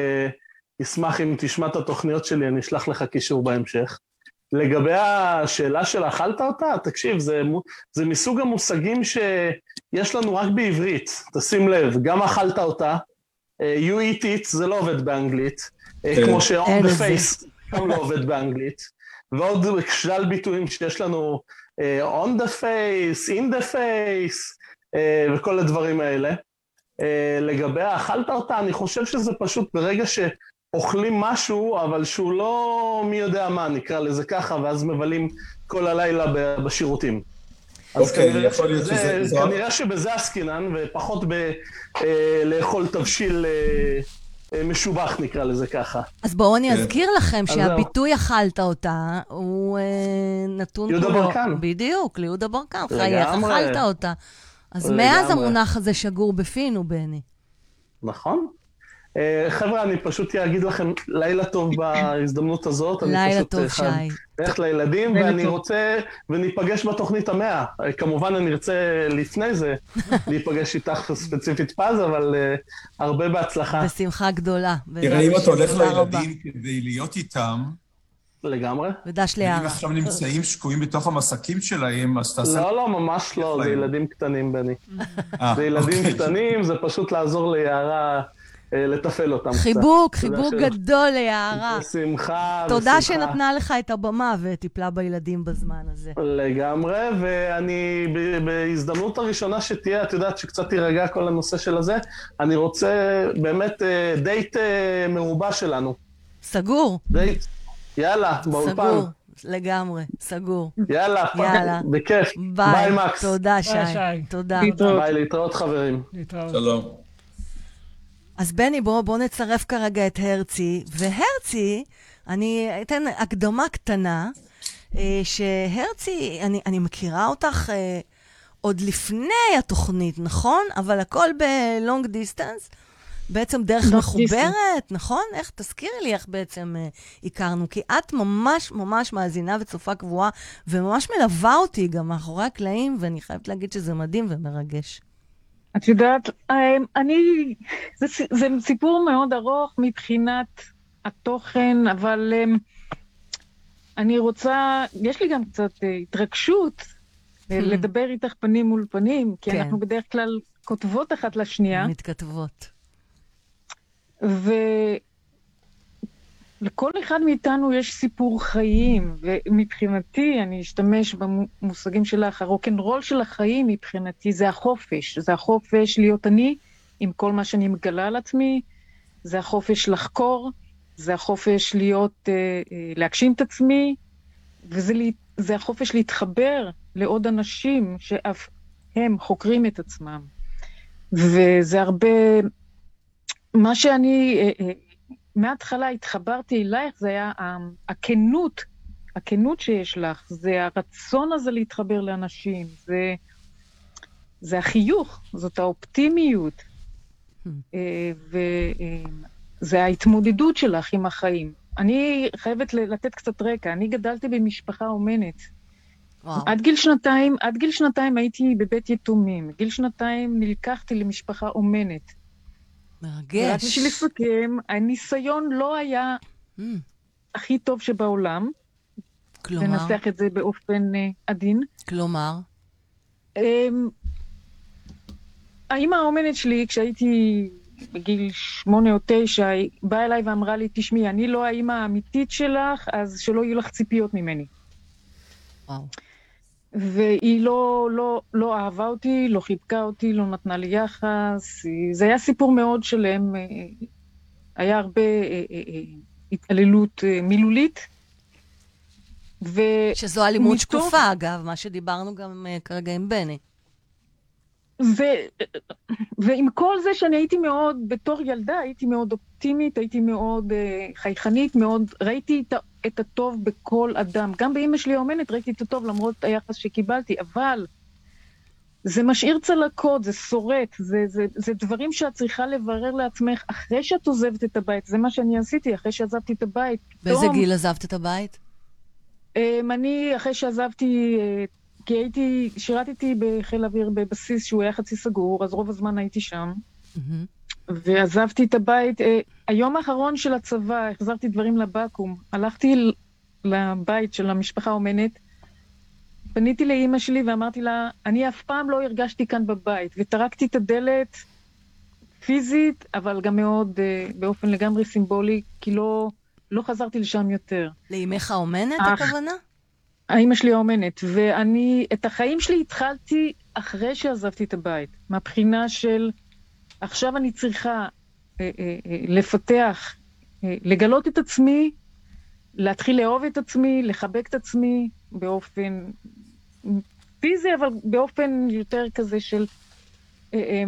אשמח אם תשמע את התוכניות שלי, אני אשלח לך קישור בהמשך. לגבי השאלה של אכלת אותה, תקשיב, זה, זה מסוג המושגים שיש לנו רק בעברית, תשים לב, גם אכלת אותה, you eat it, זה לא עובד באנגלית, כמו ש-on the face, גם לא עובד באנגלית, ועוד שלל ביטויים שיש לנו on the face, in the face, וכל הדברים האלה. לגבי אכלת אותה, אני חושב שזה פשוט ברגע שאוכלים משהו, אבל שהוא לא מי יודע מה, נקרא לזה ככה, ואז מבלים כל הלילה בשירותים. אז כנראה שבזה עסקינן, ופחות לאכול תבשיל משובח, נקרא לזה ככה. אז בואו אני אזכיר לכם שהביטוי אכלת אותה, הוא נתון... יהודה ברקן. בדיוק, ליהודה ברקן, חייך, אכלת אותה. אז מאז המונח הזה שגור בפינו, בני. נכון. חבר'ה, אני פשוט אגיד לכם לילה טוב בהזדמנות הזאת. לילה טוב, שי. איך לילדים, ואני רוצה, וניפגש בתוכנית המאה. כמובן, אני ארצה לפני זה להיפגש איתך ספציפית פז, אבל הרבה בהצלחה. בשמחה גדולה. תראה, אם אתה הולך לילדים כדי להיות איתם, לגמרי. ודש ליערה. אם עכשיו נמצאים שקועים בתוך המסקים שלהם, אז תעשה... לא, לא, ממש לא, זה ילדים קטנים, בני. זה ילדים קטנים, זה פשוט לעזור ליערה לטפל אותם קצת. חיבוק, חיבוק גדול ליערה. בשמחה, תודה שנתנה לך את הבמה וטיפלה בילדים בזמן הזה. לגמרי, ואני בהזדמנות הראשונה שתהיה, את יודעת שקצת תירגע כל הנושא של הזה, אני רוצה באמת דייט מרובה שלנו. סגור. דייט. יאללה, באולפן. סגור, לגמרי, סגור. יאללה, יאללה. בכיף. ביי, מקס. תודה, שי. תודה. ביי, להתראות חברים. שלום. אז בני, בוא, בוא נצרף כרגע את הרצי, והרצי, אני אתן הקדמה קטנה, שהרצי, אני, אני מכירה אותך עוד לפני התוכנית, נכון? אבל הכל בלונג דיסטנס. בעצם דרך מחוברת, נכון? איך, תזכירי לי איך בעצם אה, הכרנו, כי את ממש ממש מאזינה וצופה קבועה, וממש מלווה אותי גם מאחורי הקלעים, ואני חייבת להגיד שזה מדהים ומרגש. את יודעת, אני, זה, זה סיפור מאוד ארוך מבחינת התוכן, אבל אני רוצה, יש לי גם קצת התרגשות, לדבר איתך פנים מול פנים, כי כן. אנחנו בדרך כלל כותבות אחת לשנייה. מתכתבות. ולכל אחד מאיתנו יש סיפור חיים, ומבחינתי, אני אשתמש במושגים שלך, הרוקנרול של החיים מבחינתי זה החופש, זה החופש להיות אני עם כל מה שאני מגלה על עצמי, זה החופש לחקור, זה החופש להיות, להגשים את עצמי, וזה זה החופש להתחבר לעוד אנשים שאף הם חוקרים את עצמם. וזה הרבה... מה שאני, מההתחלה התחברתי אלייך, זה היה הכנות, הכנות שיש לך, זה הרצון הזה להתחבר לאנשים, זה, זה החיוך, זאת האופטימיות, וזה ההתמודדות שלך עם החיים. אני חייבת לתת קצת רקע, אני גדלתי במשפחה אומנת. עד גיל שנתיים, עד גיל שנתיים הייתי בבית יתומים, גיל שנתיים נלקחתי למשפחה אומנת. מרגש. ורק בשביל לסכם, הניסיון לא היה mm. הכי טוב שבעולם, כלומר? לנסח את זה באופן uh, עדין. כלומר? Um, האמא האומנת שלי, כשהייתי בגיל שמונה או תשע, היא באה אליי ואמרה לי, תשמעי, אני לא האמא האמיתית שלך, אז שלא יהיו לך ציפיות ממני. וואו. והיא לא, לא, לא אהבה אותי, לא חיבקה אותי, לא נתנה לי יחס. זה היה סיפור מאוד שלם, היה הרבה התעללות מילולית. ו... שזו אלימות מתוך... שקופה, אגב, מה שדיברנו גם כרגע עם בני. ו... ועם כל זה שאני הייתי מאוד, בתור ילדה, הייתי מאוד אופטימית, הייתי מאוד uh, חייכנית, מאוד, ראיתי את, את הטוב בכל אדם. גם באמא שלי האומנת ראיתי את הטוב למרות היחס שקיבלתי, אבל זה משאיר צלקות, זה שורט, זה, זה, זה דברים שאת צריכה לברר לעצמך אחרי שאת עוזבת את הבית. זה מה שאני עשיתי, אחרי שעזבתי את הבית. באיזה פתאום, גיל עזבת את הבית? Um, אני, אחרי שעזבתי... Uh, כי הייתי, שירתתי בחיל אוויר בבסיס שהוא היה חצי סגור, אז רוב הזמן הייתי שם. Mm-hmm. ועזבתי את הבית. היום האחרון של הצבא, החזרתי דברים לבקום. הלכתי לבית של המשפחה האומנת, פניתי לאמא שלי ואמרתי לה, אני אף פעם לא הרגשתי כאן בבית, וטרקתי את הדלת פיזית, אבל גם מאוד, באופן לגמרי סימבולי, כי לא, לא חזרתי לשם יותר. לאמך האומנת הכוונה? האמא שלי האומנת, ואני, את החיים שלי התחלתי אחרי שעזבתי את הבית, מהבחינה של, עכשיו אני צריכה אה, אה, אה, לפתח, אה, לגלות את עצמי, להתחיל לאהוב את עצמי, לחבק את עצמי, באופן פיזי, אבל באופן יותר כזה של, אה, אה,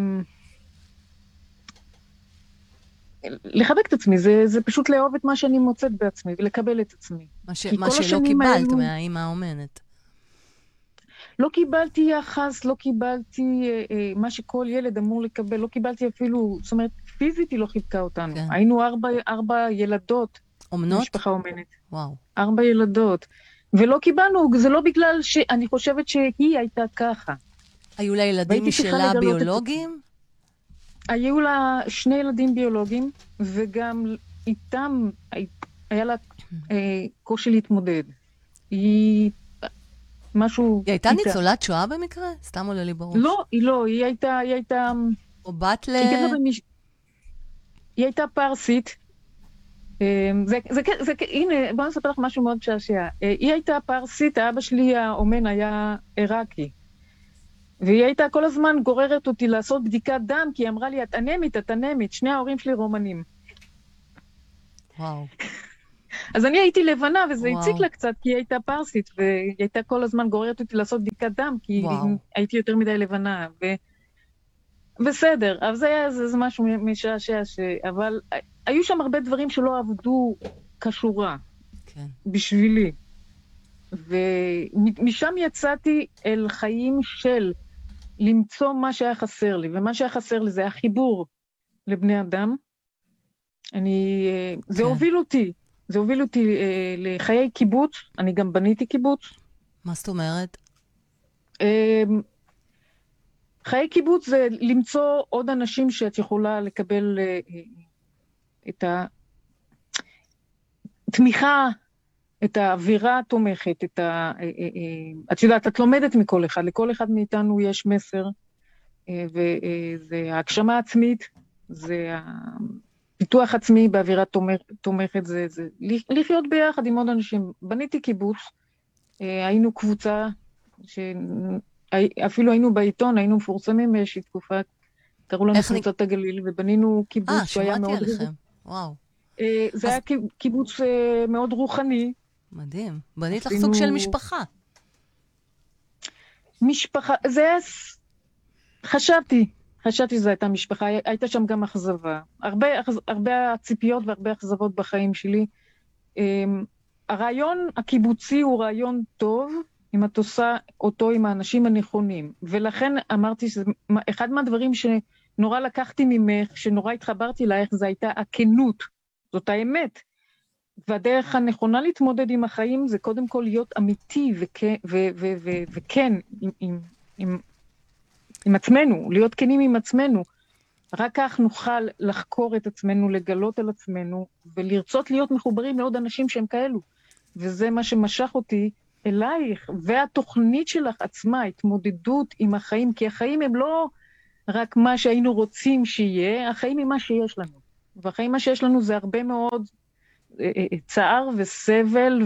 לחבק את עצמי, זה, זה פשוט לאהוב את מה שאני מוצאת בעצמי, ולקבל את עצמי. מה, ש, מה שלא קיבלת האלו, מהאמא האומנת. לא קיבלתי יחס, לא קיבלתי אה, אה, מה שכל ילד אמור לקבל, לא קיבלתי אפילו, זאת אומרת, פיזית היא לא חיבקה אותנו. כן. היינו ארבע, ארבע ילדות. אומנות? משפחה אומנת. וואו. ארבע ילדות. ולא קיבלנו, זה לא בגלל שאני חושבת שהיא הייתה ככה. היו לה ילדים משלה ביולוגיים? היו לה שני ילדים ביולוגיים, וגם איתם היה לה אה, קושי להתמודד. היא משהו... היא הייתה איתה. ניצולת שואה במקרה? סתם עולה לי בראש. לא, היא לא, היא הייתה... היא הייתה... או בת ל... במש... היא הייתה פרסית. אה, זה, זה, זה, זה, הנה, בוא נספר לך משהו מאוד שעשיה. אה, היא הייתה פרסית, האבא שלי האומן היה עיראקי. והיא הייתה כל הזמן גוררת אותי לעשות בדיקת דם, כי היא אמרה לי, את אנמית, את אנמית, שני ההורים שלי רומנים. וואו. אז אני הייתי לבנה, וזה וואו. הציק לה קצת, כי היא הייתה פרסית, והיא הייתה כל הזמן גוררת אותי לעשות בדיקת דם, כי וואו. הייתי יותר מדי לבנה. ו... בסדר, אבל זה היה זה, זה משהו משעשע, ש... אבל היו שם הרבה דברים שלא עבדו כשורה, כן. בשבילי. ומשם יצאתי אל חיים של למצוא מה שהיה חסר לי, ומה שהיה חסר לי זה החיבור לבני אדם. אני, כן. זה הוביל אותי, זה הוביל אותי אה, לחיי קיבוץ, אני גם בניתי קיבוץ. מה זאת אומרת? אה, חיי קיבוץ זה למצוא עוד אנשים שאת יכולה לקבל אה, את התמיכה, את האווירה התומכת, את ה... את יודעת, את לומדת מכל אחד, לכל אחד מאיתנו יש מסר, וזה ההגשמה העצמית, זה הפיתוח עצמי באווירה תומכת, זה, זה לחיות ביחד עם עוד אנשים. בניתי קיבוץ, היינו קבוצה, אפילו היינו בעיתון, היינו מפורסמים באיזושהי תקופה, קראו לנו קבוצת הגליל, ובנינו קיבוץ שהיה מאוד... אה, שמעתי עליכם, וואו. זה היה קיבוץ מאוד רוחני, מדהים. בנית לך סוג של משפחה. משפחה, זה היה... חשבתי, חשבתי שזו הייתה משפחה, הייתה שם גם אכזבה. הרבה, הרבה ציפיות והרבה אכזבות בחיים שלי. הרעיון הקיבוצי הוא רעיון טוב, אם את עושה אותו עם האנשים הנכונים. ולכן אמרתי שאחד מהדברים שנורא לקחתי ממך, שנורא התחברתי לך, זה הייתה הכנות. זאת האמת. והדרך הנכונה להתמודד עם החיים זה קודם כל להיות אמיתי וכן, ו- ו- ו- וכן עם, עם, עם, עם עצמנו, להיות כנים עם עצמנו. רק כך נוכל לחקור את עצמנו, לגלות על עצמנו, ולרצות להיות מחוברים לעוד אנשים שהם כאלו. וזה מה שמשך אותי אלייך, והתוכנית שלך עצמה, התמודדות עם החיים, כי החיים הם לא רק מה שהיינו רוצים שיהיה, החיים הם מה שיש לנו. והחיים מה שיש לנו זה הרבה מאוד צער וסבל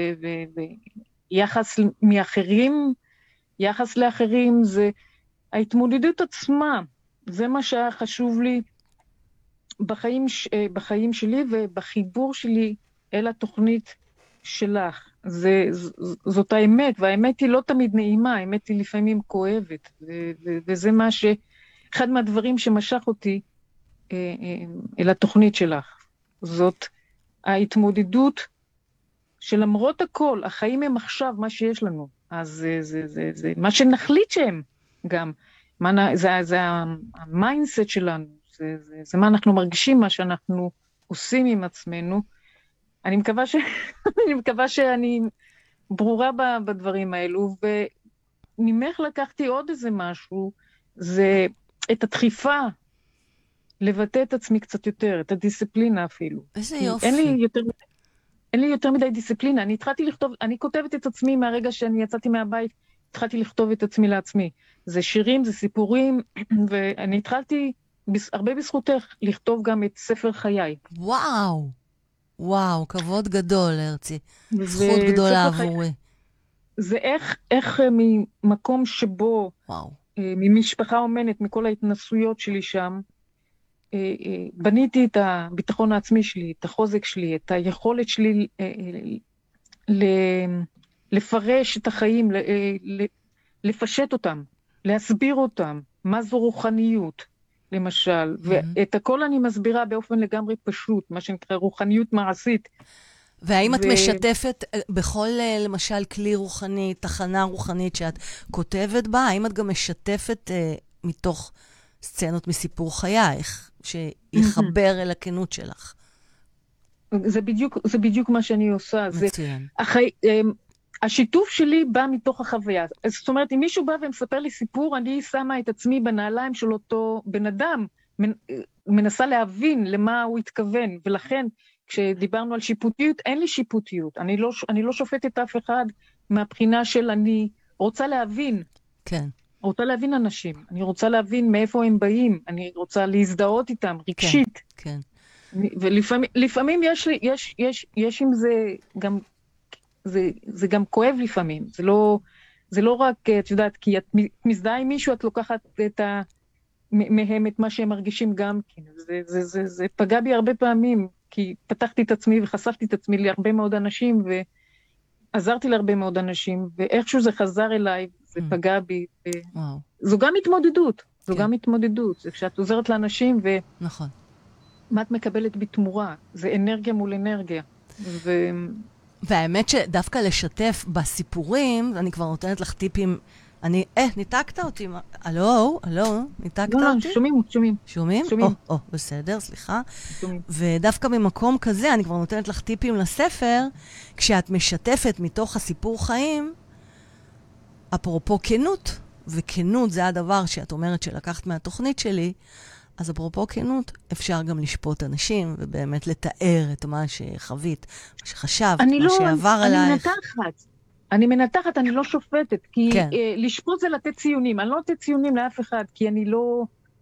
ויחס מאחרים, יחס לאחרים, זה ההתמודדות עצמה, זה מה שחשוב לי בחיים, בחיים שלי ובחיבור שלי אל התוכנית שלך. זה, זאת האמת, והאמת היא לא תמיד נעימה, האמת היא לפעמים כואבת, ו- ו- וזה מה ש... אחד מהדברים שמשך אותי אה, אה, אל התוכנית שלך. זאת ההתמודדות שלמרות הכל, החיים הם עכשיו מה שיש לנו, אז זה, זה, זה, זה מה שנחליט שהם גם, מה, זה, זה המיינדסט שלנו, זה, זה, זה מה אנחנו מרגישים, מה שאנחנו עושים עם עצמנו. אני מקווה, ש... אני מקווה שאני ברורה בדברים האלו, וממך לקחתי עוד איזה משהו, זה את הדחיפה לבטא את עצמי קצת יותר, את הדיסציפלינה אפילו. איזה יופי. אין לי יותר, אין לי יותר מדי דיסציפלינה. אני התחלתי לכתוב, אני כותבת את עצמי מהרגע שאני יצאתי מהבית, התחלתי לכתוב את עצמי לעצמי. זה שירים, זה סיפורים, ואני התחלתי הרבה בזכותך לכתוב גם את ספר חיי. וואו, וואו, כבוד גדול, הרצי. זכות גדולה עבורי. זה איך, איך ממקום שבו, וואו. ממשפחה אומנת, מכל ההתנסויות שלי שם, בניתי את הביטחון העצמי שלי, את החוזק שלי, את היכולת שלי לפרש את החיים, לפשט אותם, להסביר אותם, מה זו רוחניות, למשל, ואת הכל אני מסבירה באופן לגמרי פשוט, מה שנקרא רוחניות מעשית. והאם את משתפת בכל, למשל, כלי רוחני, תחנה רוחנית שאת כותבת בה, האם את גם משתפת מתוך סצנות מסיפור חייך, שיחבר אל הכנות שלך? זה בדיוק, זה בדיוק מה שאני עושה. מצוין. אחרי, השיתוף שלי בא מתוך החוויה. זאת אומרת, אם מישהו בא ומספר לי סיפור, אני שמה את עצמי בנעליים של אותו בן אדם, מנסה להבין למה הוא התכוון, ולכן, כשדיברנו על שיפוטיות, אין לי שיפוטיות. אני לא, אני לא שופטת אף אחד מהבחינה של אני רוצה להבין. כן. רוצה להבין אנשים. אני רוצה להבין מאיפה הם באים. אני רוצה להזדהות איתם, רגשית. כן, כן. ולפעמים, לפעמים יש לי, יש, יש, יש עם זה גם, זה, זה גם כואב לפעמים. זה לא, זה לא רק, את יודעת, כי את מזדהה עם מישהו, את לוקחת את ה, מהם את מה שהם מרגישים גם כן. זה, זה, זה, זה פגע בי הרבה פעמים. כי פתחתי את עצמי וחשפתי את עצמי להרבה מאוד אנשים, ועזרתי להרבה מאוד אנשים, ואיכשהו זה חזר אליי, זה mm. פגע בי. ו... וואו. זו גם התמודדות, זו כן. גם התמודדות. זה כשאת עוזרת לאנשים, ו... נכון. מה את מקבלת בתמורה? זה אנרגיה מול אנרגיה. ו... והאמת שדווקא לשתף בסיפורים, אני כבר נותנת לך טיפים, אני, אה, ניתקת אותי, אלו, אלו, ניתקת לא, אותי? לא, שומעים, שומעים. שומעים? שומעים. או, או, בסדר, סליחה. שומעים. ודווקא במקום כזה, אני כבר נותנת לך טיפים לספר, כשאת משתפת מתוך הסיפור חיים, אפרופו כנות, וכנות זה הדבר שאת אומרת שלקחת מהתוכנית שלי, אז אפרופו כנות, אפשר גם לשפוט אנשים, ובאמת לתאר את מה שחווית, מה שחשבת, מה לא, שעבר אני עלייך. אני מנתחת. אני מנתחת, אני לא שופטת, כי כן. אה, לשפוט זה לתת ציונים. אני לא לתת ציונים לאף אחד, כי אני לא...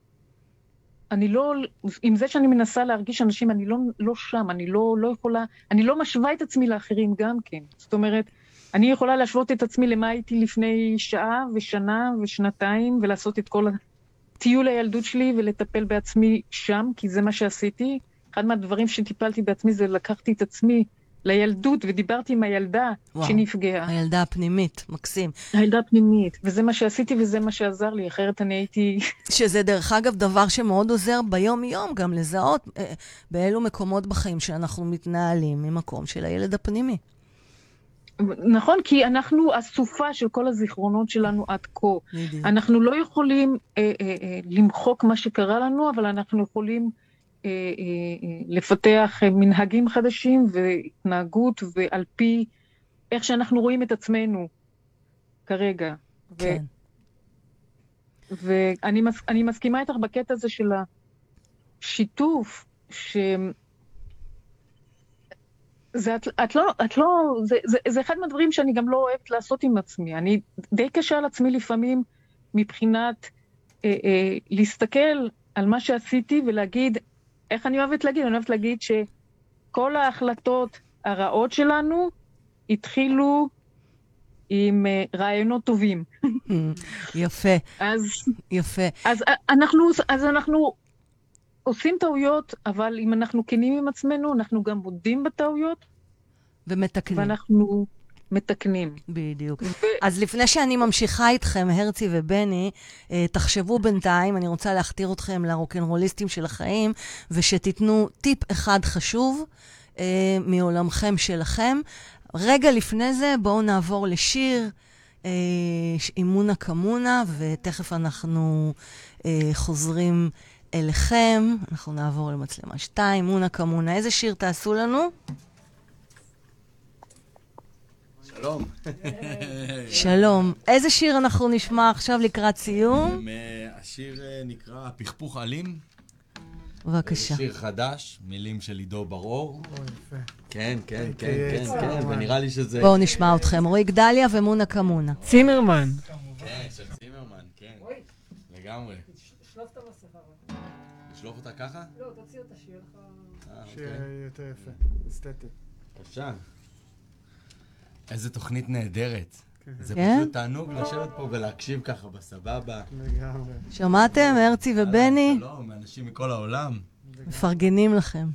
אני לא... עם זה שאני מנסה להרגיש אנשים, אני לא, לא שם, אני לא, לא יכולה... אני לא משווה את עצמי לאחרים גם כן. זאת אומרת, אני יכולה להשוות את עצמי למה הייתי לפני שעה ושנה ושנתיים, ולעשות את כל הטיול הילדות שלי ולטפל בעצמי שם, כי זה מה שעשיתי. אחד מהדברים שטיפלתי בעצמי זה לקחתי את עצמי לילדות, ודיברתי עם הילדה וואו, שנפגעה. הילדה הפנימית, מקסים. הילדה הפנימית, וזה מה שעשיתי וזה מה שעזר לי, אחרת אני הייתי... שזה דרך אגב דבר שמאוד עוזר ביום-יום, גם לזהות אה, באילו מקומות בחיים שאנחנו מתנהלים ממקום של הילד הפנימי. נכון, כי אנחנו הסופה של כל הזיכרונות שלנו עד כה. בדיוק. אנחנו לא יכולים אה, אה, אה, למחוק מה שקרה לנו, אבל אנחנו יכולים... לפתח מנהגים חדשים והתנהגות, ועל פי איך שאנחנו רואים את עצמנו כרגע. כן. ו- ואני מס- אני מסכימה איתך בקטע הזה של השיתוף, ש... זה, את, את לא, את לא, זה, זה, זה אחד מהדברים שאני גם לא אוהבת לעשות עם עצמי. אני די קשה על עצמי לפעמים מבחינת אה, אה, להסתכל על מה שעשיתי ולהגיד, איך אני אוהבת להגיד? אני אוהבת להגיד שכל ההחלטות הרעות שלנו התחילו עם uh, רעיונות טובים. יפה. אז, יפה. אז, אנחנו, אז אנחנו עושים טעויות, אבל אם אנחנו כנים עם עצמנו, אנחנו גם מודים בטעויות. ומתקנים. ואנחנו מתקנים. בדיוק. ו... אז לפני שאני ממשיכה איתכם, הרצי ובני, תחשבו בינתיים, אני רוצה להכתיר אתכם לרוקנרוליסטים של החיים, ושתיתנו טיפ אחד חשוב אה, מעולמכם שלכם. רגע לפני זה, בואו נעבור לשיר אה, עם מונה כמונה, ותכף אנחנו אה, חוזרים אליכם. אנחנו נעבור למצלמה שתיים, מונה כמונה. איזה שיר תעשו לנו? שלום. שלום. איזה שיר אנחנו נשמע עכשיו לקראת סיום? השיר נקרא פכפוך אלים. בבקשה. שיר חדש, מילים של עידו בר-אור. כן, כן, כן, כן, כן, ונראה לי שזה... בואו נשמע אתכם. רועי גדליה ומונה כמונה. צימרמן. כן, של צימרמן, כן. לגמרי. שלוף את המסכה. לשלוף אותה ככה? לא, תוציא אותה, שיהיה לך... שיהיה יותר יפה, אסתטי. בבקשה. איזה תוכנית נהדרת. זה כן? פשוט תענוג לשבת פה ולהקשיב ככה בסבבה. לגמרי. שמעתם, הרצי ובני? שלום, אנשים מכל העולם. מפרגנים לכם.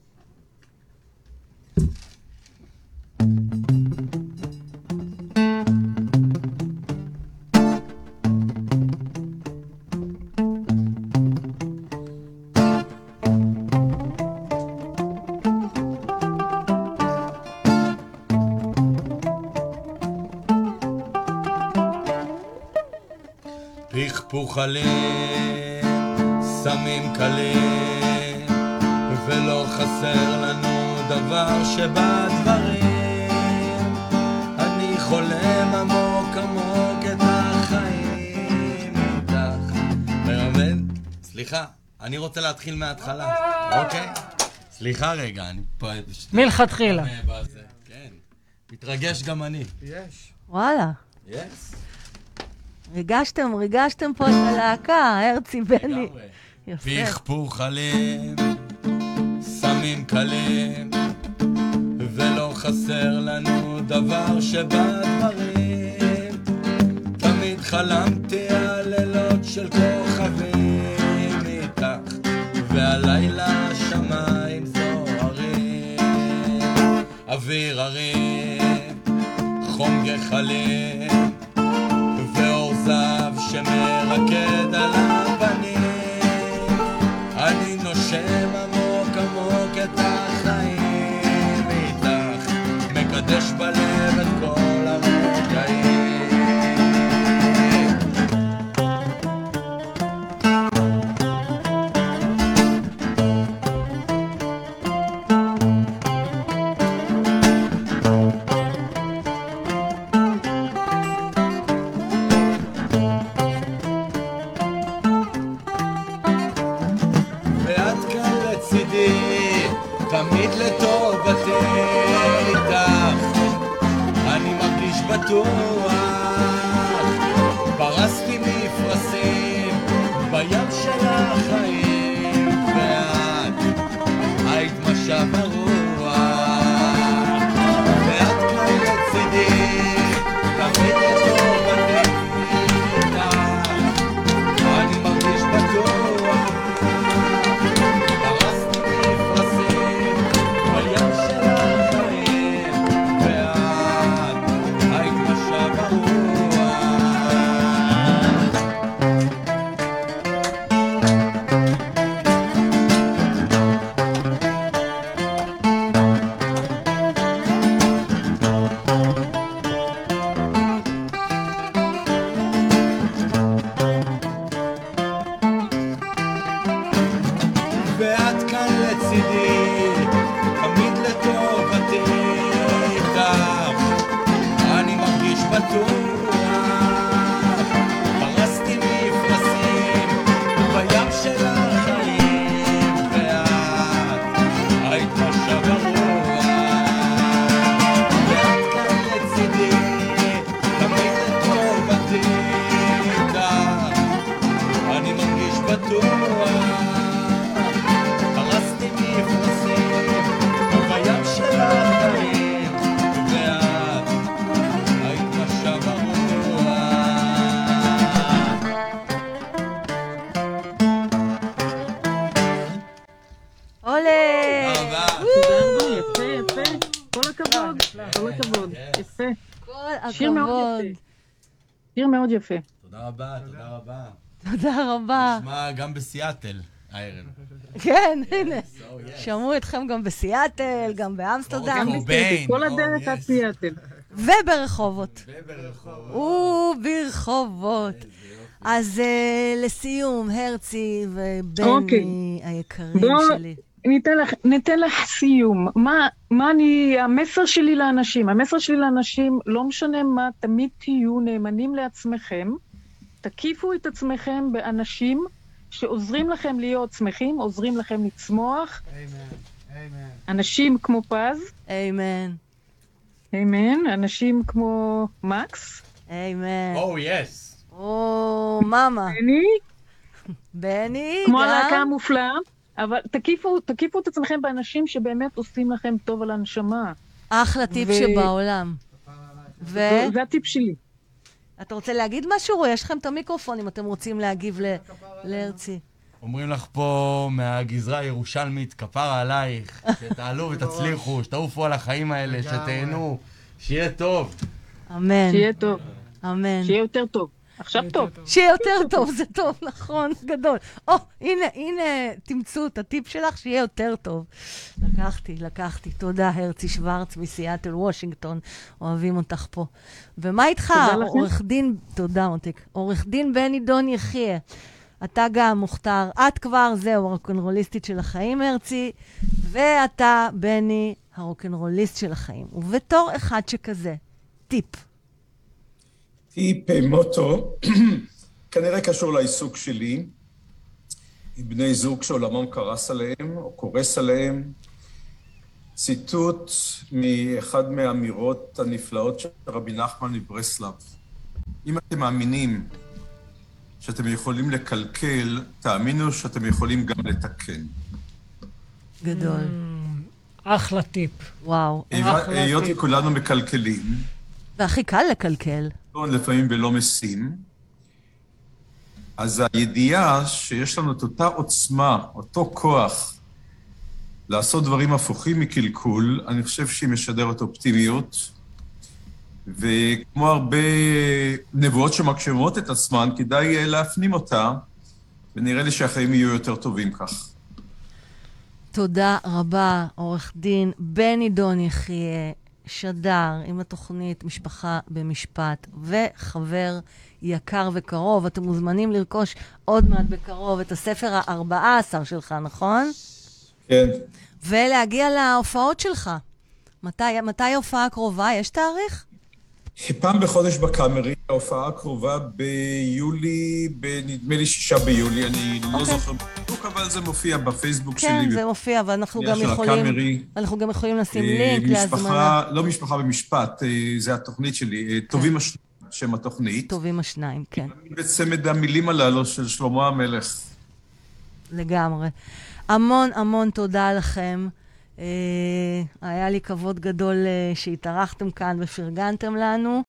פכפוך עלים, סמים קלים, ולא חסר לנו דבר שבדברים. אני חולם עמוק עמוק את החיים איתך. מרמד? סליחה, אני רוצה להתחיל מההתחלה, אוקיי? סליחה רגע, אני פה... מלכתחילה. כן, מתרגש גם אני. יש. וואלה. יש. ריגשתם, ריגשתם פה את הלהקה, הרצי בני. יפה. פכפוך עלים, סמים קלים, ולא חסר לנו דבר שבדברים. תמיד חלמתי על לילות של כוכבים איתך, והלילה השמיים זוהרים. אוויר הרים, חום גחלים, זב שמרקד על הפנים. אני נושם עמוק עמוק את החיים איתך, מקדש בלב את כל הרגעים. תמיד לטובתי איתך, אני מרגיש בטוח. פרסתי מפרשים בים של החיים, ואת היית משב הרוח. ואת כאן לצידי, תמיד לטובתי איתך, אני מרגיש בטוח. כל הכבוד, יפה. כל שיר מאוד הכבוד. יפה. שיר מאוד יפה. תודה רבה, תודה רבה. תודה רבה. נשמע גם בסיאטל, הערב. כן, הנה. שמעו אתכם גם בסיאטל, גם באמסטרדם. כל הדרך עד סיאטל. וברחובות. וברחובות. וברחובות. אז לסיום, הרצי ובני היקרים שלי. ניתן לך, ניתן לך סיום. מה, מה אני, המסר שלי לאנשים, המסר שלי לאנשים, לא משנה מה, תמיד תהיו נאמנים לעצמכם, תקיפו את עצמכם באנשים שעוזרים לכם להיות שמחים, עוזרים לכם לצמוח. אמן, אמן. אנשים כמו פז. אמן. אמן. אנשים כמו מקס. אמן. או, יס. או, מאמה. בני. בני, כמו גם. הלהקה המופלאה. אבל תקיפו, תקיפו את עצמכם באנשים שבאמת עושים לכם טוב על הנשמה. אחלה טיפ ו... שבעולם. ו... זה הטיפ שלי. אתה רוצה להגיד משהו? יש לכם את המיקרופון אם אתם רוצים להגיב ל... להרצי. אומרים לך פה מהגזרה הירושלמית, כפרה עלייך, שתעלו ותצליחו, שתעופו על החיים האלה, שתהנו, שיהיה טוב. אמן. שיהיה טוב. אמן. שיהיה יותר טוב. עכשיו טוב. שיהיה יותר טוב, זה טוב, נכון, גדול. או, הנה, הנה, תמצאו את הטיפ שלך, שיהיה יותר טוב. לקחתי, לקחתי. תודה, הרצי שוורץ מסיאטל, וושינגטון. אוהבים אותך פה. ומה איתך, עורך דין, תודה, מותק, עורך דין בני דון יחיה. אתה גם מוכתר, את כבר, זהו, הרוקנרוליסטית של החיים, הרצי, ואתה, בני, הרוקנרוליסט של החיים. ובתור אחד שכזה, טיפ. טיפ מוטו, כנראה קשור לעיסוק שלי, עם בני זוג שעולמם קרס עליהם, או קורס עליהם. ציטוט מאחד מהאמירות הנפלאות של רבי נחמן מברסלב. אם אתם מאמינים שאתם יכולים לקלקל, תאמינו שאתם יכולים גם לתקן. גדול. אחלה טיפ. וואו. היות כולנו מקלקלים. והכי קל לקלקל. לפעמים ולא משים. אז הידיעה שיש לנו את אותה עוצמה, אותו כוח, לעשות דברים הפוכים מקלקול, אני חושב שהיא משדרת אופטימיות, וכמו הרבה נבואות שמגשימות את עצמן, כדאי להפנים אותה, ונראה לי שהחיים יהיו יותר טובים כך. תודה רבה, עורך דין בני דון יחיה, שדר עם התוכנית משפחה במשפט, וחבר יקר וקרוב. אתם מוזמנים לרכוש עוד מעט בקרוב את הספר ה-ארבע עשרה שלך, נכון? כן. ולהגיע להופעות שלך. מתי, מתי ההופעה הקרובה? יש תאריך? פעם בחודש בקאמרי, ההופעה הקרובה ביולי, בנדמה לי שישה ביולי, אני לא זוכר בדיוק, אבל זה מופיע בפייסבוק שלי. כן, זה מופיע, ואנחנו גם יכולים, אנחנו גם יכולים לשים לינק להזמנה. לא משפחה במשפט, זה התוכנית שלי, טובים השניים, שם התוכנית. טובים השניים, כן. בצמד המילים הללו של שלמה המלך. לגמרי. המון המון תודה לכם. Uh, היה לי כבוד גדול uh, שהתארחתם כאן ופרגנתם לנו.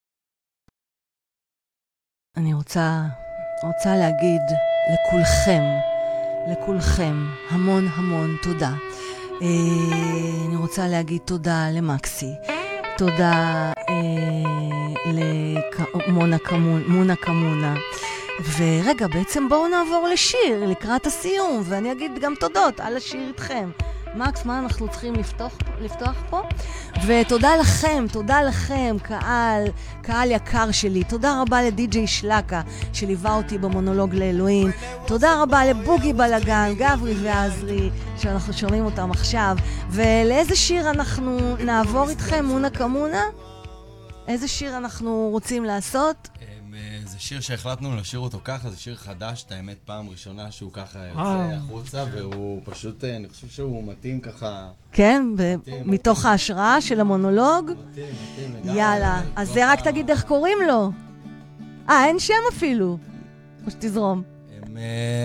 אני רוצה, רוצה להגיד לכולכם, לכולכם, המון המון תודה. Uh, אני רוצה להגיד תודה למקסי, תודה uh, למונה קמונה, מונה קמונה. ורגע, בעצם בואו נעבור לשיר לקראת הסיום, ואני אגיד גם תודות על השיר איתכם. מקס, מה אנחנו צריכים לפתוח, לפתוח פה? ותודה לכם, תודה לכם, קהל, קהל יקר שלי. תודה רבה לדי-ג'יי שלקה, שליווה אותי במונולוג לאלוהים. תודה רבה לבוגי בלגן, גברי ועזרי, שאנחנו שומעים אותם עכשיו. ולאיזה שיר אנחנו נעבור איתכם, מונה כמונה? איזה שיר אנחנו רוצים לעשות? זה שיר שהחלטנו לשיר אותו ככה, זה שיר חדש, את האמת פעם ראשונה שהוא ככה יוצא החוצה, והוא פשוט, אני חושב שהוא מתאים ככה... כן, מתוך ההשראה של המונולוג? מתאים, מתאים לגמרי. יאללה, אז זה רק תגיד איך קוראים לו. אה, אין שם אפילו. או שתזרום. הם...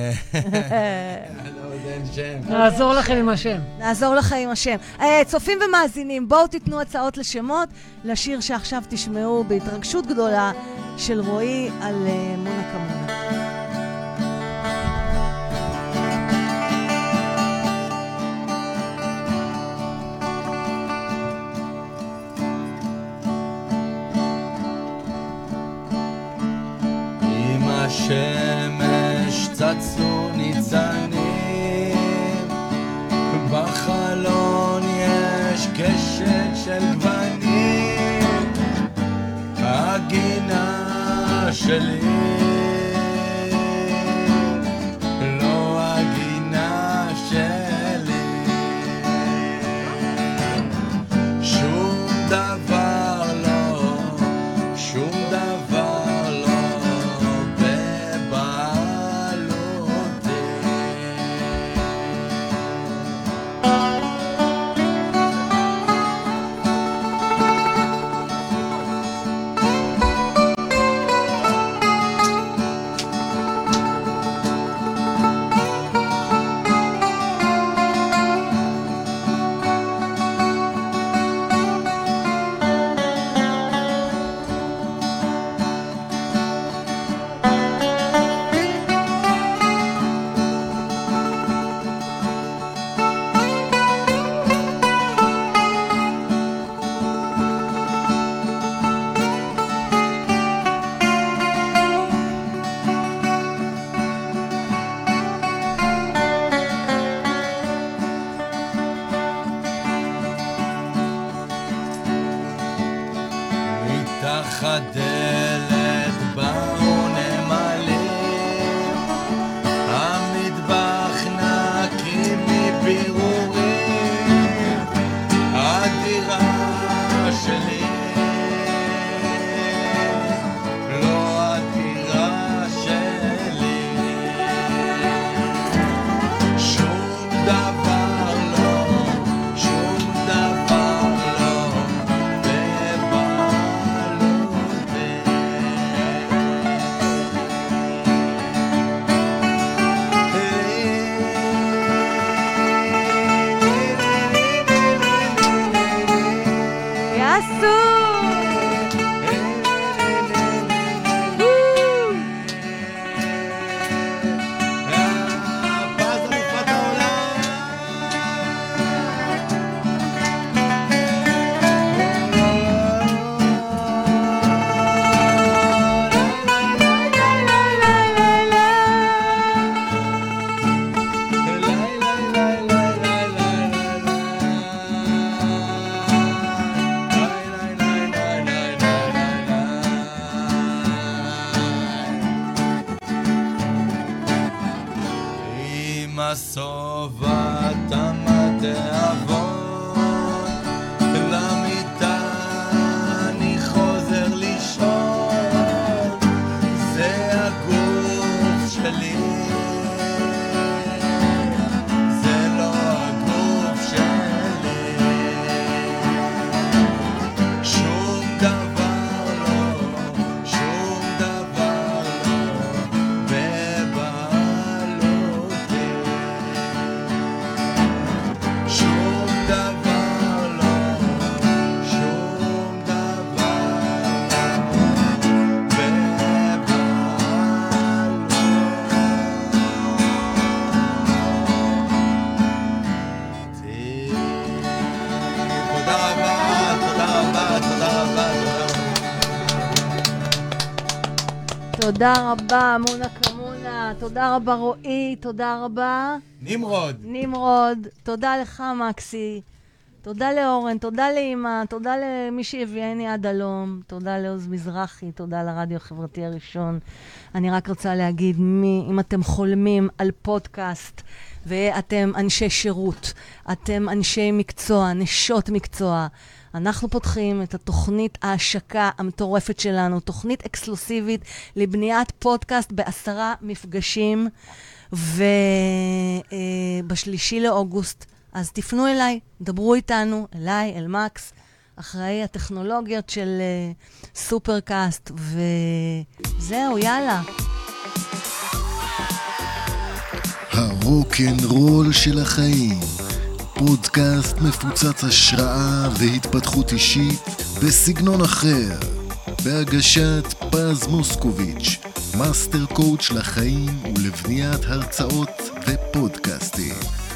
נעזור לכם עם השם. נעזור לכם עם השם. צופים ומאזינים, בואו תיתנו הצעות לשמות לשיר שעכשיו תשמעו בהתרגשות גדולה של רועי על מונה כמונה. בשמש צצו ניצנים, בחלון יש קשת של גוונים, הגינה שלי לא הגינה שלי, שום דבר לא, שום דבר לא בבעלותי. מתחת דלת באו נמלים, המטבח נקי מבירורים, הדירה שלי לא הדירה שלי, שום דבר לא, שום דבר לא מסובת המתאבון, למיטה אני חוזר לישון, זה הגוף שלי, זה לא הגוף שלי, שום דבר לא, שום דבר לא בבעלותי, שום דבר לא, שום דבר לא בבעלותי. תודה רבה, תודה רבה, תודה רבה, תודה רבה, מונה כמונה, תודה רבה רועי, תודה רבה. נמרוד. נמרוד, תודה לך מקסי, תודה לאורן, תודה לאמא, תודה למי שהביאני עד הלום, תודה לעוז מזרחי, תודה לרדיו החברתי הראשון. אני רק רוצה להגיד, מי, אם אתם חולמים על פודקאסט, ואתם אנשי שירות, אתם אנשי מקצוע, נשות מקצוע, אנחנו פותחים את התוכנית ההשקה המטורפת שלנו, תוכנית אקסקלוסיבית לבניית פודקאסט בעשרה מפגשים, ובשלישי לאוגוסט, אז תפנו אליי, דברו איתנו, אליי, אל מקס, אחראי הטכנולוגיות של uh, סופרקאסט, וזהו, יאללה. הרוק'נ'רול של החיים, פודקאסט מפוצץ השראה והתפתחות אישית בסגנון אחר, בהגשת פז מוסקוביץ', מאסטר קואוץ' לחיים ולבניית הרצאות ופודקאסטים.